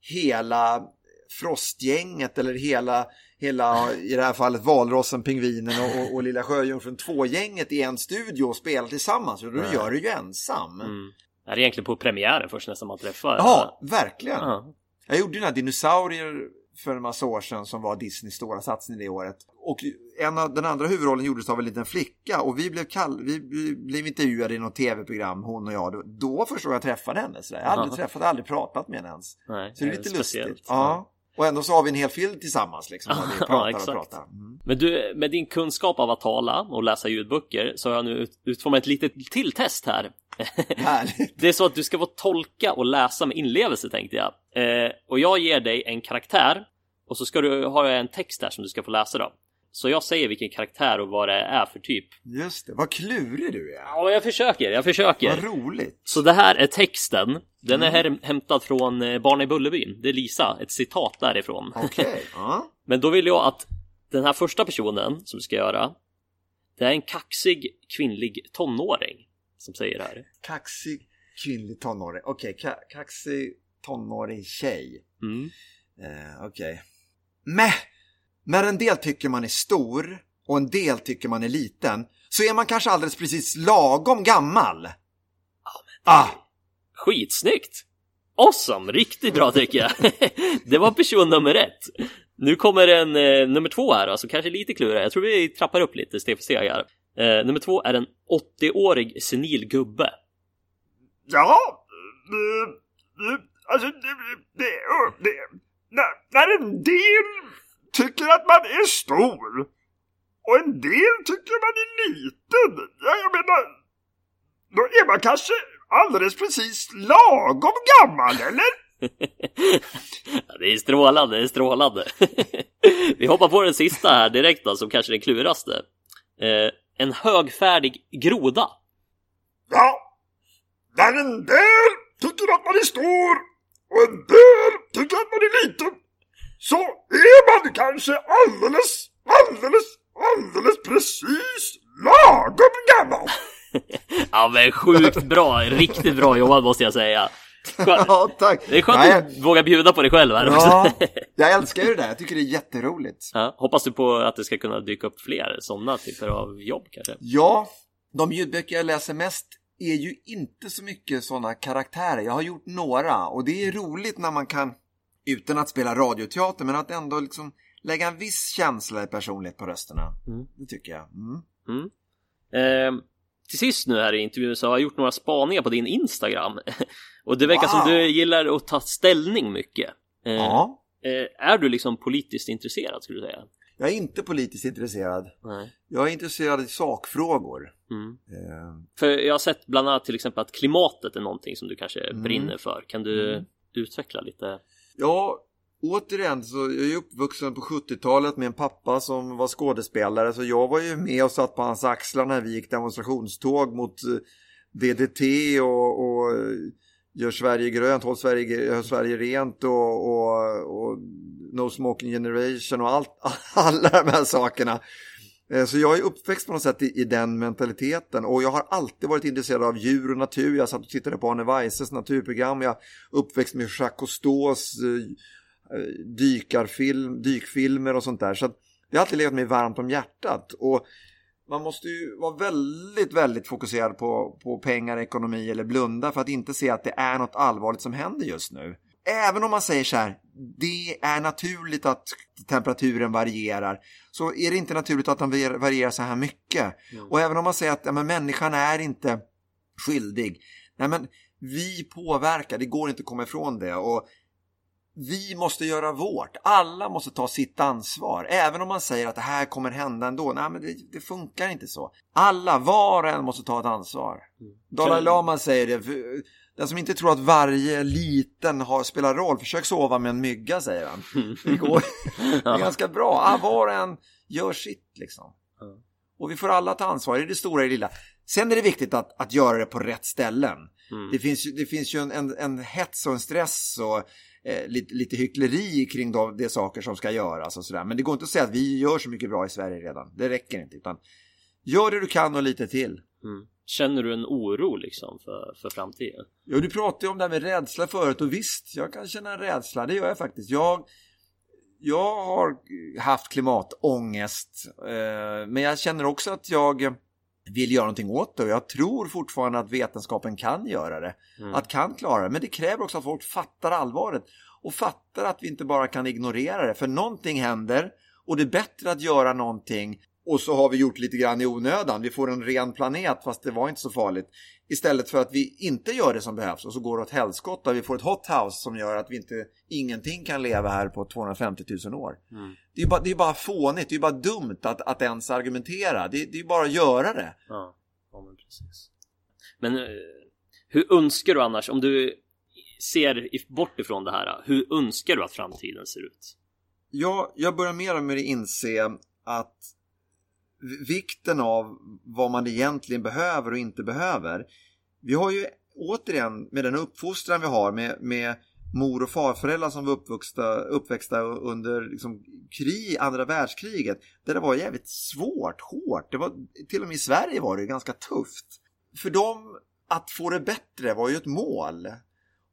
hela Frostgänget eller hela, hela i det här fallet Valrossen, Pingvinen och, och, och Lilla Sjöjungfrun två-gänget i en studio och spelar tillsammans. Och då mm. gör du ju ensam. Mm. Det är egentligen på premiären först nästan man träffar. Ja, verkligen. Ja. Jag gjorde ju den här dinosaurier för en massa år sedan som var Disneys stora satsning det året. Och en av, den andra huvudrollen gjordes av en liten flicka. Och vi blev, kall, vi blev intervjuade i något tv-program, hon och jag. Då, då förstod jag träffade henne. Så jag har aldrig träffat, aldrig pratat med henne ens. Nej, så det är lite det är lustigt. Ja. Ja. Och ändå så har vi en hel film tillsammans liksom. Där vi pratar ja, exakt. och pratar. Mm. Men du, med din kunskap av att tala och läsa ljudböcker så har jag nu utformat ett litet till test här. Det är så att du ska få tolka och läsa med inlevelse tänkte jag. Eh, och jag ger dig en karaktär och så ska du ha en text här som du ska få läsa då. Så jag säger vilken karaktär och vad det är för typ. Just det, vad klurig du är. Ja, jag försöker, jag försöker. Vad roligt. Så det här är texten. Den är här hämtad från Barn i Bullerbyn. Det är Lisa, ett citat därifrån. Okej. Okay. Uh. Men då vill jag att den här första personen som du ska göra, det är en kaxig kvinnlig tonåring som säger det här. Kaxig kvinnlig tonåring. Okej, okay. Ka- kaxig tonårig tjej. Mm. Uh, Okej. Okay. Mäh! När en del tycker man är stor och en del tycker man är liten, så är man kanske alldeles precis lagom gammal. Ja, men Ah! Skitsnyggt! Awesome, riktigt bra tycker jag. Det var person nummer ett. Nu kommer en eh, nummer två här, alltså kanske lite klurigare. Jag tror vi trappar upp lite steg för steg här. Eh, nummer två är en åttio-årig senil gubbe. Ja, det, det, alltså det, det, det, när, när en del tycker att man är stor och en del tycker man är liten. Jag, jag menar, då är man kanske alldeles precis lagom gammal, eller? Ja, det är strålande, det är strålande. Vi hoppar på den sista här direkt då, som kanske är den kluraste. Eh, en högfärdig groda. Ja, när en del tycker att man är stor och en del tycker att man är liten, så är man kanske alldeles, alldeles, alldeles precis lagom gammal. Ja, men sjukt bra, riktigt bra jobbat måste jag säga. Ja, tack. Det är skönt Nej, att du vågar bjuda på dig själv här också. Ja, jag älskar ju det där. Jag tycker det är jätteroligt. Ja, hoppas du på att det ska kunna dyka upp fler sådana typer av jobb kanske? Ja, de ljudböcker jag läser mest är ju inte så mycket sådana karaktärer. Jag har gjort några och det är roligt när man kan, utan att spela radioteater, men att ändå liksom lägga en viss känsla i personlighet på rösterna. Mm. Det tycker jag. Mm. Mm. Eh, till sist nu här i intervjun så har jag gjort några spaningar på din Instagram. Och det verkar Wow. som du gillar att ta ställning mycket. Eh, Ja. eh, är du liksom politiskt intresserad skulle du säga? Jag är inte politiskt intresserad. Nej. Jag är intresserad i sakfrågor. Mm. Eh, För jag har sett bland annat till exempel att klimatet är någonting som du kanske Mm. brinner för. Kan du Mm. utveckla lite? Ja, återigen så jag är uppvuxen på sjuttiotalet med en pappa som var skådespelare, så jag var ju med och satt på hans axlar när vi gick demonstrationståg mot eh, D D T och, och eh, gör Sverige grönt, håll Sverige, gör Sverige rent och, och, och No Smoking Generation och allt, alla de här sakerna. Eh, Så jag är uppväxt på något sätt i, i den mentaliteten, och jag har alltid varit intresserad av djur och natur. Jag satt och tittade på Arne Weises naturprogram. Jag är uppväxt med Jacques Cousteaus eh, dykarfilm, dykfilmer och sånt där. Så att det har alltid legat mig varmt om hjärtat. Och man måste ju vara väldigt, väldigt fokuserad på, på pengar, ekonomi eller blunda för att inte se att det är något allvarligt som händer just nu. Även om man säger så här, det är naturligt att temperaturen varierar, så är det inte naturligt att den varierar så här mycket. Mm. Och även om man säger att ja, men människan är inte skyldig. Nej, men vi påverkar, det går inte att komma ifrån det. Och vi måste göra vårt. Alla måste ta sitt ansvar. Även om man säger att det här kommer hända ändå. Nej, men det, det funkar inte så. Alla, var och en måste ta ett ansvar. Mm. Dalai Lama säger det. Den som inte tror att varje liten har, spelar roll, försök sova med en mygga, säger han. Det går. Det är ganska bra. Ah, var och en gör sitt liksom. Och vi får alla ta ansvar i det stora och det lilla. Sen är det viktigt att, att göra det på rätt ställen. Mm. Det finns ju, det finns ju en, en, en hets och en stress och eh, lite, lite hyckleri kring de, de saker som ska göras och sådär. Men det går inte att säga att vi gör så mycket bra i Sverige redan. Det räcker inte, utan gör det du kan och lite till. Mm. Känner du en oro liksom för, för framtiden? Ja, du pratade ju om det här med rädsla förut, och visst, jag kan känna en rädsla, det gör jag faktiskt. Jag, jag har haft klimatångest, eh, men jag känner också att jag vill göra någonting åt det, och jag tror fortfarande att vetenskapen kan göra det, mm. att kan klara det, men det kräver också att folk fattar allvaret och fattar att vi inte bara kan ignorera det, för någonting händer och det är bättre att göra någonting. Och så har vi gjort lite grann i onödan. Vi får en ren planet, fast det var inte så farligt. Istället för att vi inte gör det som behövs och så går det åt helskott. Vi får ett hothouse som gör att vi inte, ingenting kan leva här på tvåhundrafemtio tusen år. Mm. Det är bara, det är bara fånigt, det är bara dumt att, att ens argumentera. Det, det är bara att göra det. Ja, ja men precis. Men hur önskar du annars, om du ser bort ifrån det här, hur önskar du att framtiden ser ut? Ja, jag börjar mer och mer inse att vikten av vad man egentligen behöver och inte behöver. Vi har ju återigen med den uppfostran vi har med, med mor- och farföräldrar som var uppvuxna, uppväxta under liksom krig, andra världskriget, där det var jävligt svårt, hårt. Det var, till och med i Sverige var det ganska tufft. För dem att få det bättre var ju ett mål.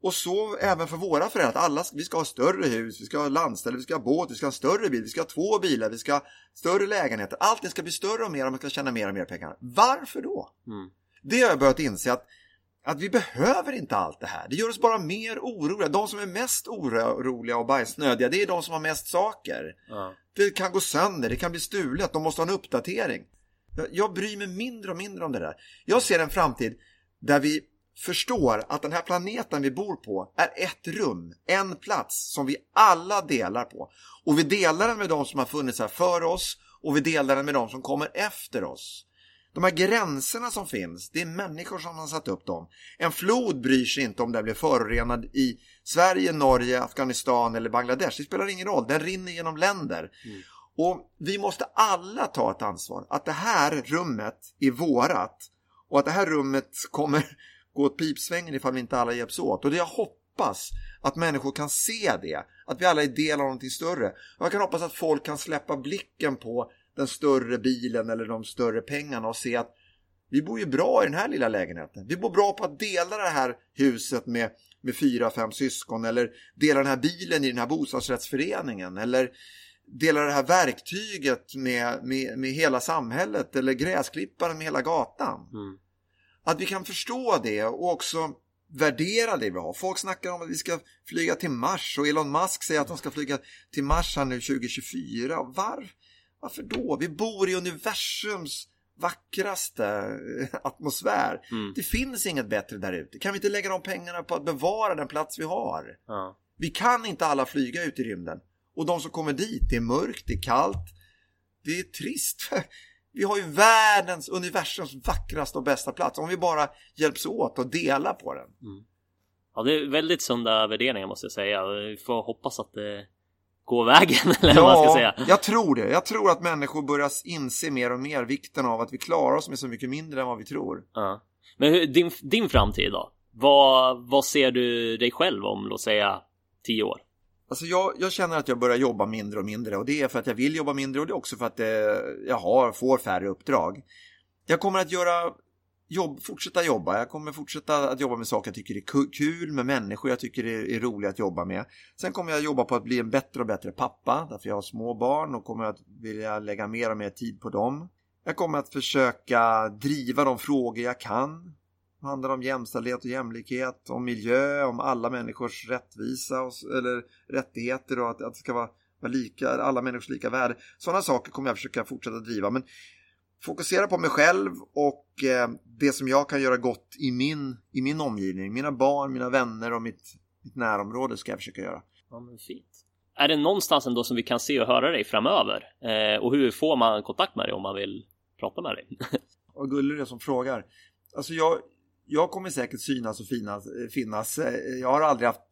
Och så även för våra föräldrar. Alla, vi ska ha större hus, vi ska ha landställe, vi ska ha båt, vi ska ha en större bil, vi ska ha två bilar, vi ska ha större lägenheter. Allt det ska bli större och mer och man ska tjäna mer och mer pengar. Varför då? Mm. Det har jag börjat inse att, att vi behöver inte allt det här. Det gör oss bara mer oroliga. De som är mest oroliga och bajsnödiga, det är de som har mest saker. Mm. Det kan gå sönder, det kan bli stulet, de måste ha en uppdatering. Jag, jag bryr mig mindre och mindre om det där. Jag ser en framtid där vi förstår att den här planeten vi bor på är ett rum, en plats som vi alla delar på. Och vi delar den med de som har funnits här för oss och vi delar den med de som kommer efter oss. De här gränserna som finns, det är människor som har satt upp dem. En flod bryr sig inte om den blir förorenad i Sverige, Norge, Afghanistan eller Bangladesh. Det spelar ingen roll, den rinner genom länder. Mm. Och vi måste alla ta ett ansvar att det här rummet är vårat och att det här rummet kommer gå åt pipsvängen ifall vi inte alla hjälps åt. Och det jag hoppas att människor kan se det. Att vi alla är del av någonting större. Och jag kan hoppas att folk kan släppa blicken på den större bilen eller de större pengarna och se att vi bor ju bra i den här lilla lägenheten. Vi bor bra på att dela det här huset med, med fyra, fem syskon eller dela den här bilen i den här bostadsrättsföreningen eller dela det här verktyget med, med, med hela samhället eller gräsklipparen med hela gatan. Mm. Att vi kan förstå det och också värdera det vi har. Folk snackar om att vi ska flyga till Mars och Elon Musk säger att de ska flyga till Mars här nu tjugo tjugofyra. Var, varför då? Vi bor i universums vackraste atmosfär. Mm. Det finns inget bättre där ute. Kan vi inte lägga de pengarna på att bevara den plats vi har? Ja. Vi kan inte alla flyga ut i rymden. Och de som kommer dit, det är mörkt, det är kallt. Det är trist. Vi har ju världens, universums vackraste och bästa plats. Om vi bara hjälps åt och delar på den. Mm. Ja, det är väldigt sunda värderingar måste jag säga. Vi får hoppas att det går vägen. Eller ja, vad man ska säga. Jag tror det. Jag tror att människor börjar inse mer och mer vikten av att vi klarar oss med så mycket mindre än vad vi tror. Ja. Men hur, din, din framtid då? Vad, vad ser du dig själv om, låt säga, tio år? Alltså jag, jag känner att jag börjar jobba mindre och mindre och det är för att jag vill jobba mindre och det är också för att eh, jag har, får färre uppdrag. Jag kommer att göra jobb, fortsätta jobba. Jag kommer fortsätta att jobba med saker jag tycker är kul, med människor jag tycker är, är roliga att jobba med. Sen kommer jag jobba på att bli en bättre och bättre pappa därför jag har små barn och kommer att vilja lägga mer och mer tid på dem. Jag kommer att försöka driva de frågor jag kan. Det handlar om jämställdhet och jämlikhet, om miljö, om alla människors rättvisa och, eller rättigheter och att, att det ska vara, vara lika, alla människors lika värde. Sådana saker kommer jag försöka fortsätta driva. Men fokusera på mig själv och eh, det som jag kan göra gott i min, i min omgivning. Mina barn, mina vänner och mitt, mitt närområde ska jag försöka göra. Ja, men fint. Är det någonstans ändå som vi kan se och höra dig framöver? Eh, och hur får man kontakt med dig om man vill prata med dig? Och gullig det som frågar. Alltså jag... Jag kommer säkert synas och finnas, finnas. Jag har aldrig haft...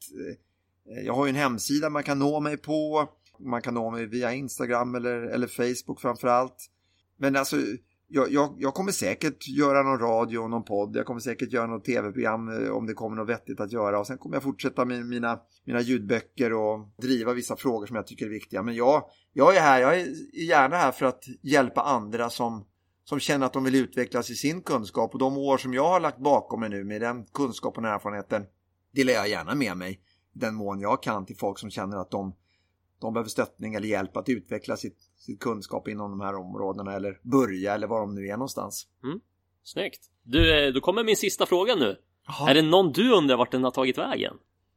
Jag har ju en hemsida man kan nå mig på. Man kan nå mig via Instagram eller, eller Facebook framförallt. Men alltså, jag, jag, jag kommer säkert göra någon radio och någon podd. Jag kommer säkert göra något tv-program om det kommer något vettigt att göra. Och sen kommer jag fortsätta med mina, mina ljudböcker och driva vissa frågor som jag tycker är viktiga. Men jag, jag är här, jag är gärna här för att hjälpa andra som... som känner att de vill utvecklas i sin kunskap. Och de år som jag har lagt bakom mig nu med den kunskapen och erfarenheten delar jag gärna med mig den mån jag kan till folk som känner att de, de behöver stöttning eller hjälp att utveckla sitt, sitt kunskap inom de här områdena eller börja eller var de nu är någonstans. Mm. Snyggt. Du, då kommer min sista fråga nu. Aha. Är det någon du undrar vart den har tagit vägen?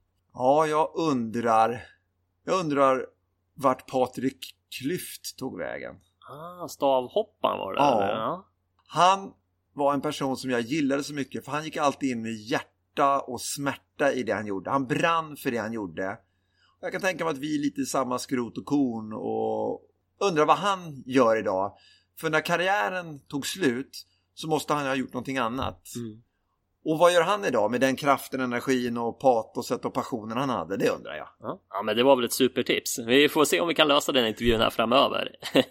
Ja, jag undrar jag undrar vart Patrik Klyft tog vägen. Ah, stavhoppan var det. Ja. ja. Han var en person som jag gillade så mycket för han gick alltid in med hjärta och smärta i det han gjorde. Han brann för det han gjorde. Jag kan tänka mig att vi är lite samma skrot och korn och undrar vad han gör idag. För när karriären tog slut så måste han ha gjort någonting annat. Mm. Och vad gör han idag med den kraften, energin och patoset och passionen han hade? Det undrar jag. Ja, men det var väl ett supertips. Vi får se om vi kan lösa den intervjun här framöver.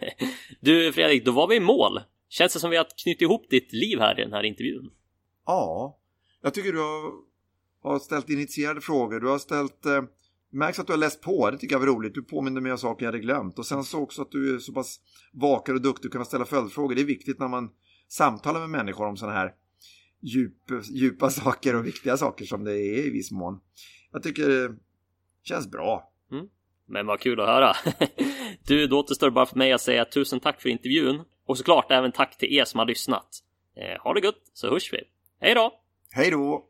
Du Fredrik, då var vi i mål. Känns det som vi har knutit ihop ditt liv här i den här intervjun? Ja, jag tycker du har, har ställt initierade frågor. Du har ställt... Eh, märks att du har läst på, det tycker jag var roligt. Du påminner mig om saker jag hade glömt. Och sen så också att du är så pass vakar och duktig och kan ställa följdfrågor. Det är viktigt när man samtalar med människor om sådana här djup, djupa saker och viktiga saker som det är i viss mån. Jag tycker det känns bra. Mm. Men vad kul att höra. Du, då återstår bara för mig att säga tusen tack för intervjun. Och såklart även tack till er som har lyssnat. eh, Ha det gott, så hörs vi. Hej då! Hej då!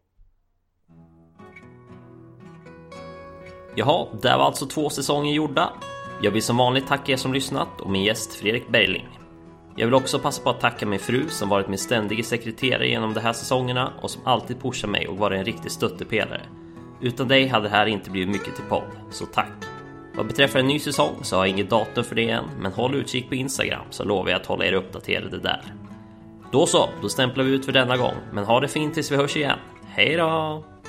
Jaha, det var alltså två säsonger gjorda. Jag vill som vanligt tacka er som lyssnat och min gäst Fredrik Bergling. Jag vill också passa på att tacka min fru som varit min ständiga sekreterare genom de här säsongerna och som alltid pushar mig och varit en riktig stöttepelare. Utan dig hade det här inte blivit mycket till podd, så tack. Vad beträffar en ny säsong så har jag inget datum för det än, men håll utkik på Instagram så lovar jag att hålla er uppdaterade där. Då så, då stämplar vi ut för denna gång, men ha det fint tills vi hörs igen. Hej då!